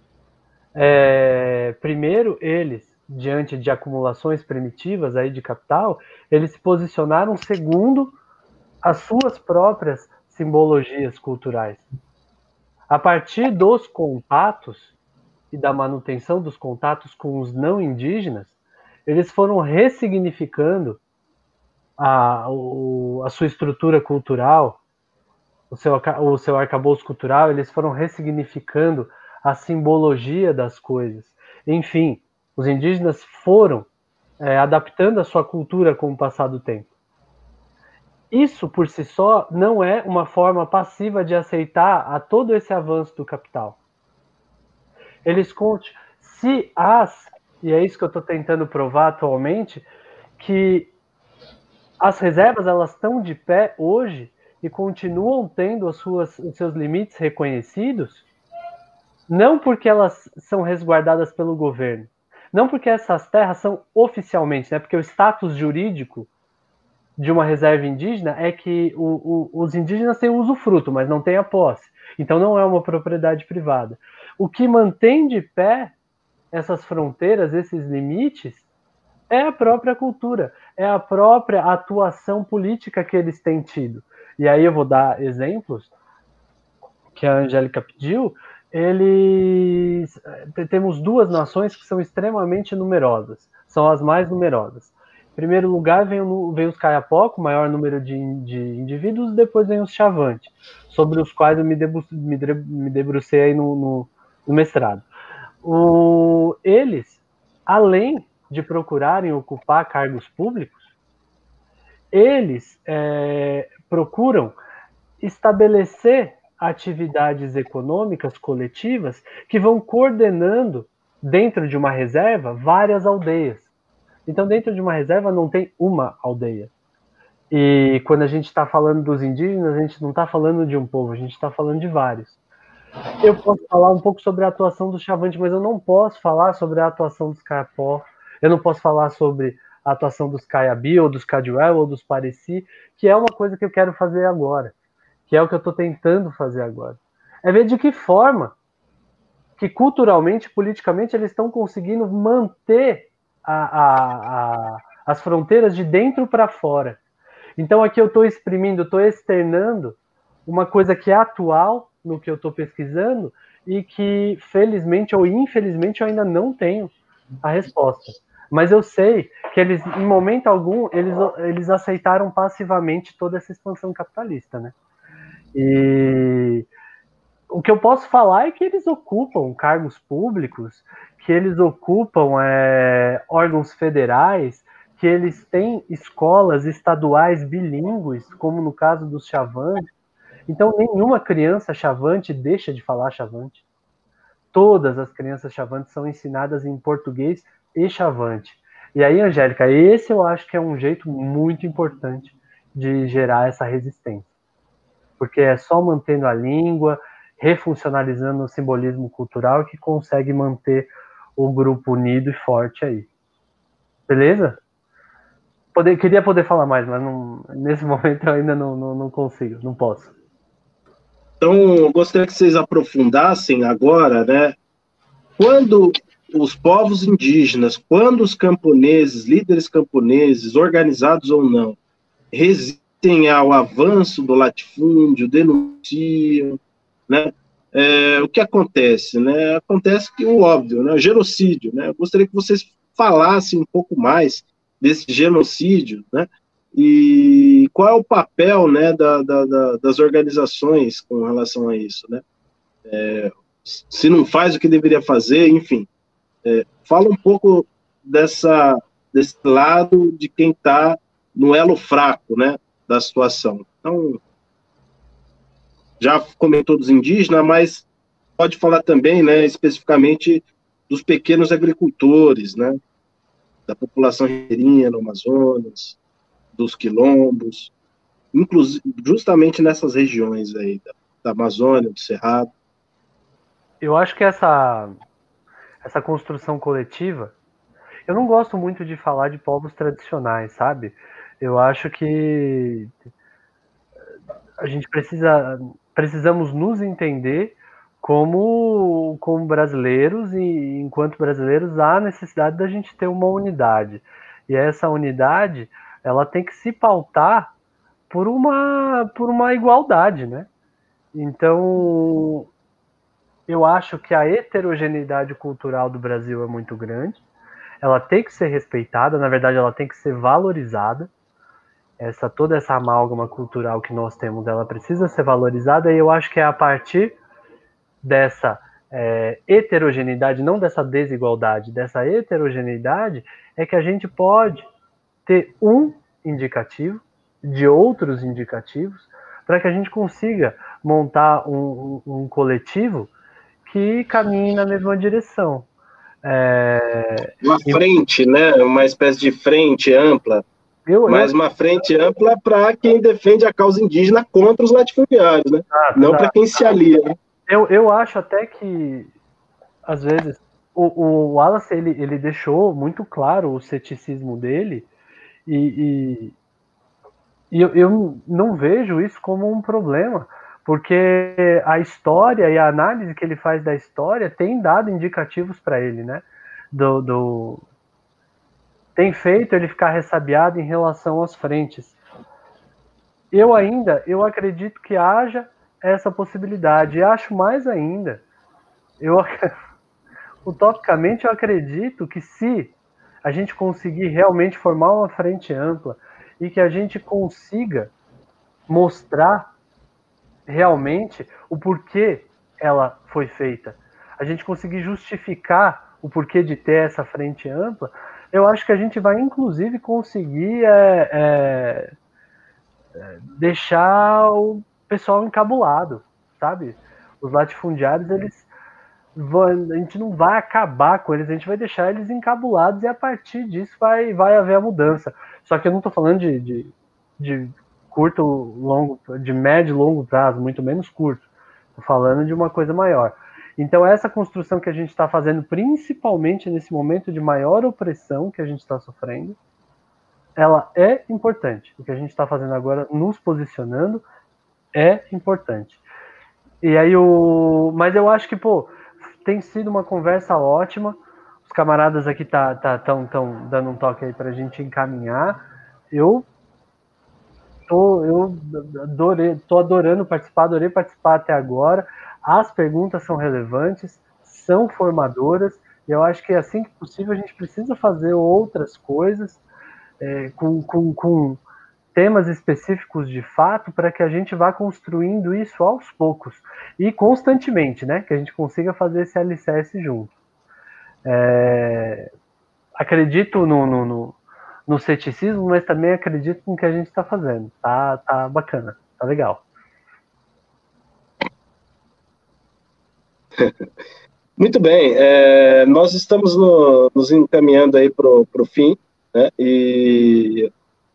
[SPEAKER 2] Primeiro, eles, diante de acumulações primitivas aí de capital, eles se posicionaram segundo as suas próprias simbologias culturais. A partir dos contatos e da manutenção dos contatos com os não indígenas, eles foram ressignificando a sua estrutura cultural, o seu arcabouço cultural, eles foram ressignificando a simbologia das coisas. Enfim, os indígenas foram adaptando a sua cultura com o passar do tempo. Isso, por si só, não é uma forma passiva de aceitar a todo esse avanço do capital. Eles e é isso que eu estou tentando provar atualmente, que as reservas elas estão de pé hoje e continuam tendo os seus limites reconhecidos, não porque elas são resguardadas pelo governo, não porque essas terras são oficialmente, né, porque o status jurídico de uma reserva indígena é que os indígenas têm o usufruto, mas não têm a posse. Então não é uma propriedade privada. O que mantém de pé essas fronteiras, esses limites, é a própria cultura, é a própria atuação política que eles têm tido. E aí eu vou dar exemplos que a Angélica pediu. Temos duas nações que são extremamente numerosas, são as mais numerosas. Em primeiro lugar vem os Kayapó, com o maior número de indivíduos, depois vem os Xavante, sobre os quais eu me debrucei aí no mestrado. Eles, além de procurarem ocupar cargos públicos, eles procuram estabelecer atividades econômicas coletivas que vão coordenando, dentro de uma reserva, várias aldeias. Então, dentro de uma reserva não tem uma aldeia. E quando a gente está falando dos indígenas, a gente não está falando de um povo, a gente está falando de vários. Eu posso falar um pouco sobre a atuação do Xavante, mas eu não posso falar sobre a atuação dos Kayapó, eu não posso falar sobre a atuação dos Caiabi, ou dos Caduel, ou dos Pareci, que é uma coisa que eu quero fazer agora, que é o que eu estou tentando fazer agora. É ver de que forma que culturalmente, politicamente, eles estão conseguindo manter as fronteiras de dentro para fora. Então aqui eu estou exprimindo, estou externando uma coisa que é atual no que eu estou pesquisando e que, felizmente ou infelizmente, eu ainda não tenho a resposta. Mas eu sei que eles, em momento algum, eles aceitaram passivamente toda essa expansão capitalista, né? E o que eu posso falar é que eles ocupam cargos públicos, que eles ocupam órgãos federais, que eles têm escolas estaduais bilíngues, como no caso dos chavantes. Então, nenhuma criança chavante deixa de falar chavante. Todas as crianças chavantes são ensinadas em português e chavante. E aí, Angélica, esse eu acho que é um jeito muito importante de gerar essa resistência. Porque é só mantendo a língua, refuncionalizando o simbolismo cultural que consegue manter o grupo unido e forte aí. Beleza? Queria poder falar mais, mas nesse momento eu ainda não consigo, não posso.
[SPEAKER 1] Então, eu gostaria que vocês aprofundassem agora, né? Quando os povos indígenas, quando os camponeses, líderes camponeses, organizados ou não, resistem ao avanço do latifúndio, denunciam, né? O que acontece, né? Acontece que o óbvio, né? O genocídio, né? Eu gostaria que vocês falassem um pouco mais desse genocídio, né? E qual é o papel, né, das organizações com relação a isso, né? Se não faz o que deveria fazer, enfim. Fala um pouco desse lado de quem está no elo fraco, né, da situação. Então, já comentou dos indígenas, mas pode falar também, né, especificamente dos pequenos agricultores, né, da população ribeirinha no Amazonas, dos quilombos, inclusive justamente nessas regiões aí da Amazônia, do Cerrado.
[SPEAKER 2] Eu acho que essa construção coletiva, eu não gosto muito de falar de povos tradicionais, sabe? Eu acho que a gente precisamos nos entender como brasileiros, e enquanto brasileiros há necessidade da gente ter uma unidade. E essa unidade, ela tem que se pautar por uma igualdade, né? Então, eu acho que a heterogeneidade cultural do Brasil é muito grande. Ela tem que ser respeitada, na verdade, ela tem que ser valorizada. Toda essa amálgama cultural que nós temos, ela precisa ser valorizada, e eu acho que é a partir dessa heterogeneidade, não dessa desigualdade, dessa heterogeneidade, é que a gente pode ter um indicativo de outros indicativos para que a gente consiga montar um coletivo que caminhe na mesma direção.
[SPEAKER 1] Uma frente, né? Uma espécie de frente ampla, mas uma frente ampla para quem defende a causa indígena contra os latifundiários, né? Não para quem se alia. Né?
[SPEAKER 2] Eu acho até que, às vezes, o Wallace ele deixou muito claro o ceticismo dele, e eu não vejo isso como um problema, porque a história e a análise que ele faz da história tem dado indicativos para ele, né? Tem feito ele ficar ressabiado em relação às frentes. Eu acredito que haja essa possibilidade, e acho mais ainda, utopicamente eu acredito que se a gente conseguir realmente formar uma frente ampla e que a gente consiga mostrar realmente o porquê ela foi feita, a gente conseguir justificar o porquê de ter essa frente ampla, eu acho que a gente vai inclusive conseguir deixar o pessoal encabulado, sabe? Os latifundiários, a gente não vai acabar com eles, a gente vai deixar eles encabulados, e a partir disso vai haver a mudança. Só que eu não estou falando de curto, longo, de médio e longo prazo, muito menos curto. Estou falando de uma coisa maior. Então, essa construção que a gente está fazendo, principalmente nesse momento de maior opressão que a gente está sofrendo, ela é importante. O que a gente está fazendo agora, nos posicionando, é importante. E aí mas eu acho que, tem sido uma conversa ótima. Os camaradas aqui tão dando um toque aí pra gente encaminhar. Eu tô adorando participar, adorei participar até agora. As perguntas são relevantes, são formadoras, E eu acho que assim que possível a gente precisa fazer outras coisas com temas específicos de fato para que a gente vá construindo isso aos poucos e constantemente, né? Que a gente consiga fazer esse alicerce junto. Acredito no ceticismo, mas também acredito no que a gente está fazendo. Tá bacana, tá legal.
[SPEAKER 1] Muito bem, nós estamos nos encaminhando aí para o fim, né? E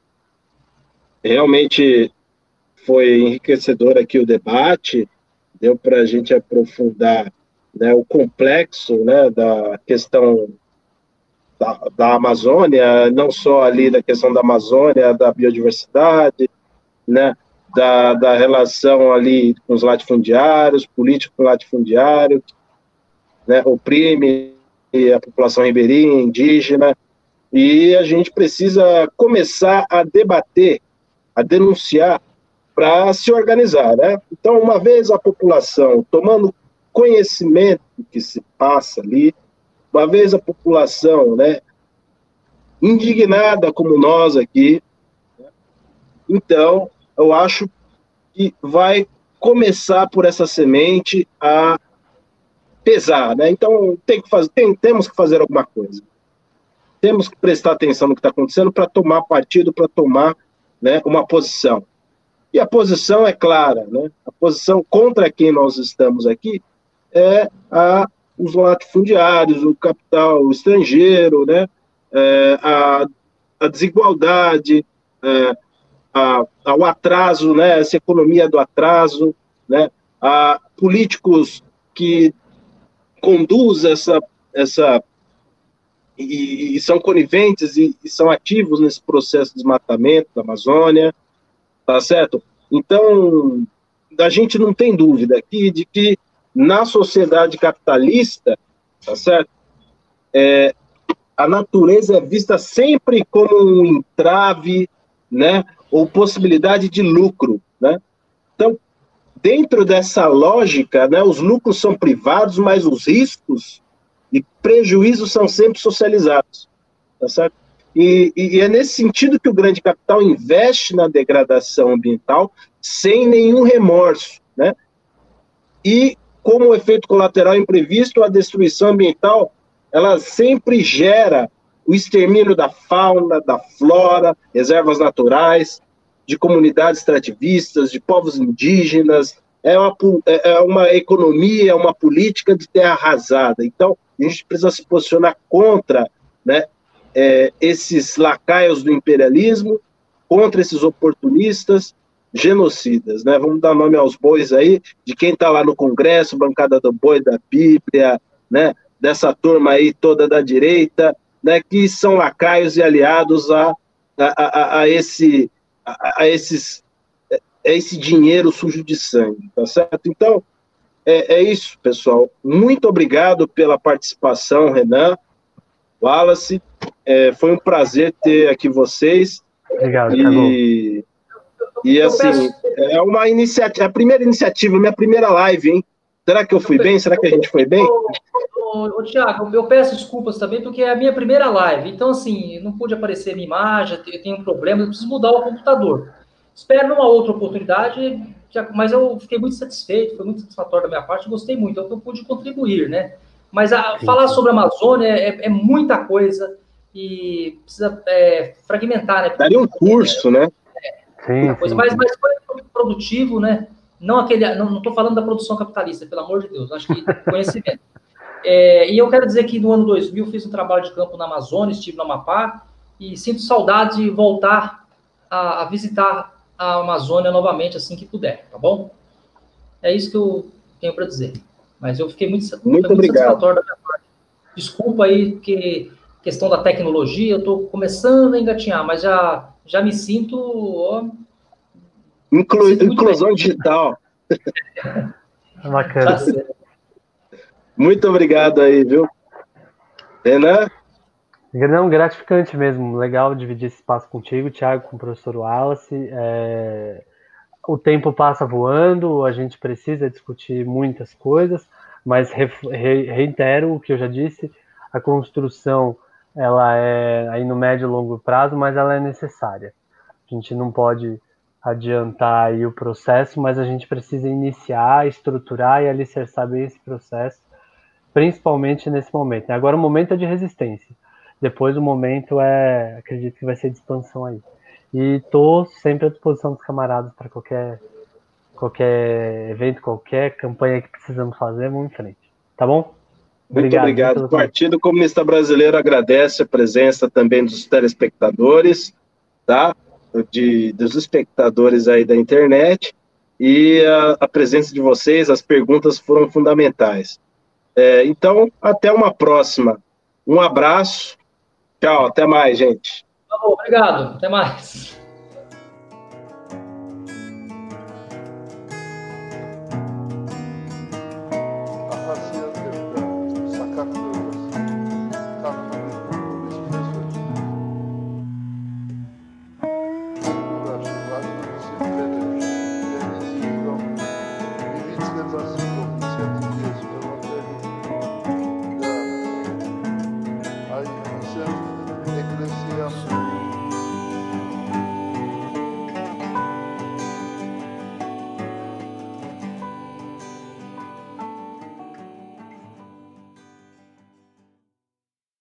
[SPEAKER 1] realmente foi enriquecedor aqui o debate, deu para a gente aprofundar, né, o complexo, né, da questão da Amazônia, não só ali da questão da Amazônia, da biodiversidade, né, da relação ali com os latifundiários, político com latifundiário, né, oprime a população ribeirinha, indígena, e a gente precisa começar a debater, a denunciar, para se organizar, né? Então, uma vez a população tomando conhecimento do que se passa ali, uma vez a população, né, indignada como nós aqui, né, então, eu acho que vai começar por essa semente a pesar, né? Então, temos que fazer alguma coisa. Temos que prestar atenção no que está acontecendo para tomar partido, para tomar, né, uma posição. E a posição é clara, né? A posição contra quem nós estamos aqui é os latifundiários, o capital estrangeiro, né? A desigualdade, o atraso, né? Essa economia do atraso, né? A políticos que conduzem essa e são coniventes e são ativos nesse processo de desmatamento da Amazônia. Tá certo? Então, a gente não tem dúvida aqui de que na sociedade capitalista, tá certo? A natureza é vista sempre como um entrave, né? Ou possibilidade de lucro, né? Então, dentro dessa lógica, né, os lucros são privados, mas os riscos e prejuízos são sempre socializados, tá certo? E é nesse sentido que o grande capital investe na degradação ambiental sem nenhum remorso, né? E como efeito colateral imprevisto, a destruição ambiental, ela sempre gera o extermínio da fauna, da flora, reservas naturais, de comunidades extrativistas, de povos indígenas, é uma economia, é uma política de terra arrasada. Então, a gente precisa se posicionar contra, né, esses lacaios do imperialismo, contra esses oportunistas genocidas, né? Vamos dar nome aos bois aí, de quem está lá no Congresso, bancada do boi, da Bíblia, né? Dessa turma aí toda da direita, né? Que são lacaios e aliados a esse dinheiro sujo de sangue, tá certo? Então, é isso, pessoal. Muito obrigado pela participação, Renan, Wallace. Foi um prazer ter aqui vocês.
[SPEAKER 2] Obrigado, Thiago.
[SPEAKER 1] E assim, é uma iniciativa, a primeira iniciativa, minha primeira live, hein? Será que eu fui bem? Será que a gente foi bem?
[SPEAKER 3] Ô, Thiago, eu peço desculpas também, porque é a minha primeira live. Então, assim, não pude aparecer minha imagem, eu tenho um problema, eu preciso mudar o computador. Espero numa outra oportunidade, mas eu fiquei muito satisfeito, foi muito satisfatório da minha parte, gostei muito, é o que eu pude contribuir, né? Mas falar sobre a Amazônia é muita coisa e precisa fragmentar, né?
[SPEAKER 1] Daria um curso, né?
[SPEAKER 3] Sim. Mas foi produtivo, né? Não estou falando da produção capitalista, pelo amor de Deus, acho que conhecimento. E eu quero dizer que no ano 2000 fiz um trabalho de campo na Amazônia, estive no Amapá, e sinto saudade de voltar a visitar a Amazônia novamente assim que puder, tá bom? É isso que eu tenho para dizer. Mas eu fiquei muito satisfatório da minha parte. Desculpa aí, porque questão da tecnologia, eu estou começando a engatinhar, mas já me sinto...
[SPEAKER 1] Inclusão digital.
[SPEAKER 2] Bacana.
[SPEAKER 1] Muito obrigado aí, viu? Renan?
[SPEAKER 2] Não, gratificante mesmo. Legal dividir esse espaço contigo, Thiago, com o professor Wallace. O tempo passa voando, a gente precisa discutir muitas coisas, mas reitero o que eu já disse, a construção ela é aí no médio e longo prazo, mas ela é necessária. A gente não pode adiantar aí o processo, mas a gente precisa iniciar, estruturar e alicerçar bem esse processo, principalmente nesse momento. Agora o momento é de resistência, depois o momento acredito que vai ser de expansão aí. E estou sempre à disposição dos camaradas para qualquer evento, qualquer campanha que precisamos fazer, vamos em frente. Tá bom?
[SPEAKER 1] Muito obrigado. O Partido Comunista Brasileiro agradece a presença também dos telespectadores, tá? Dos espectadores aí da internet, e a presença de vocês, as perguntas foram fundamentais. Então, até uma próxima. Um abraço. Tchau, até mais, gente.
[SPEAKER 3] Obrigado, até mais.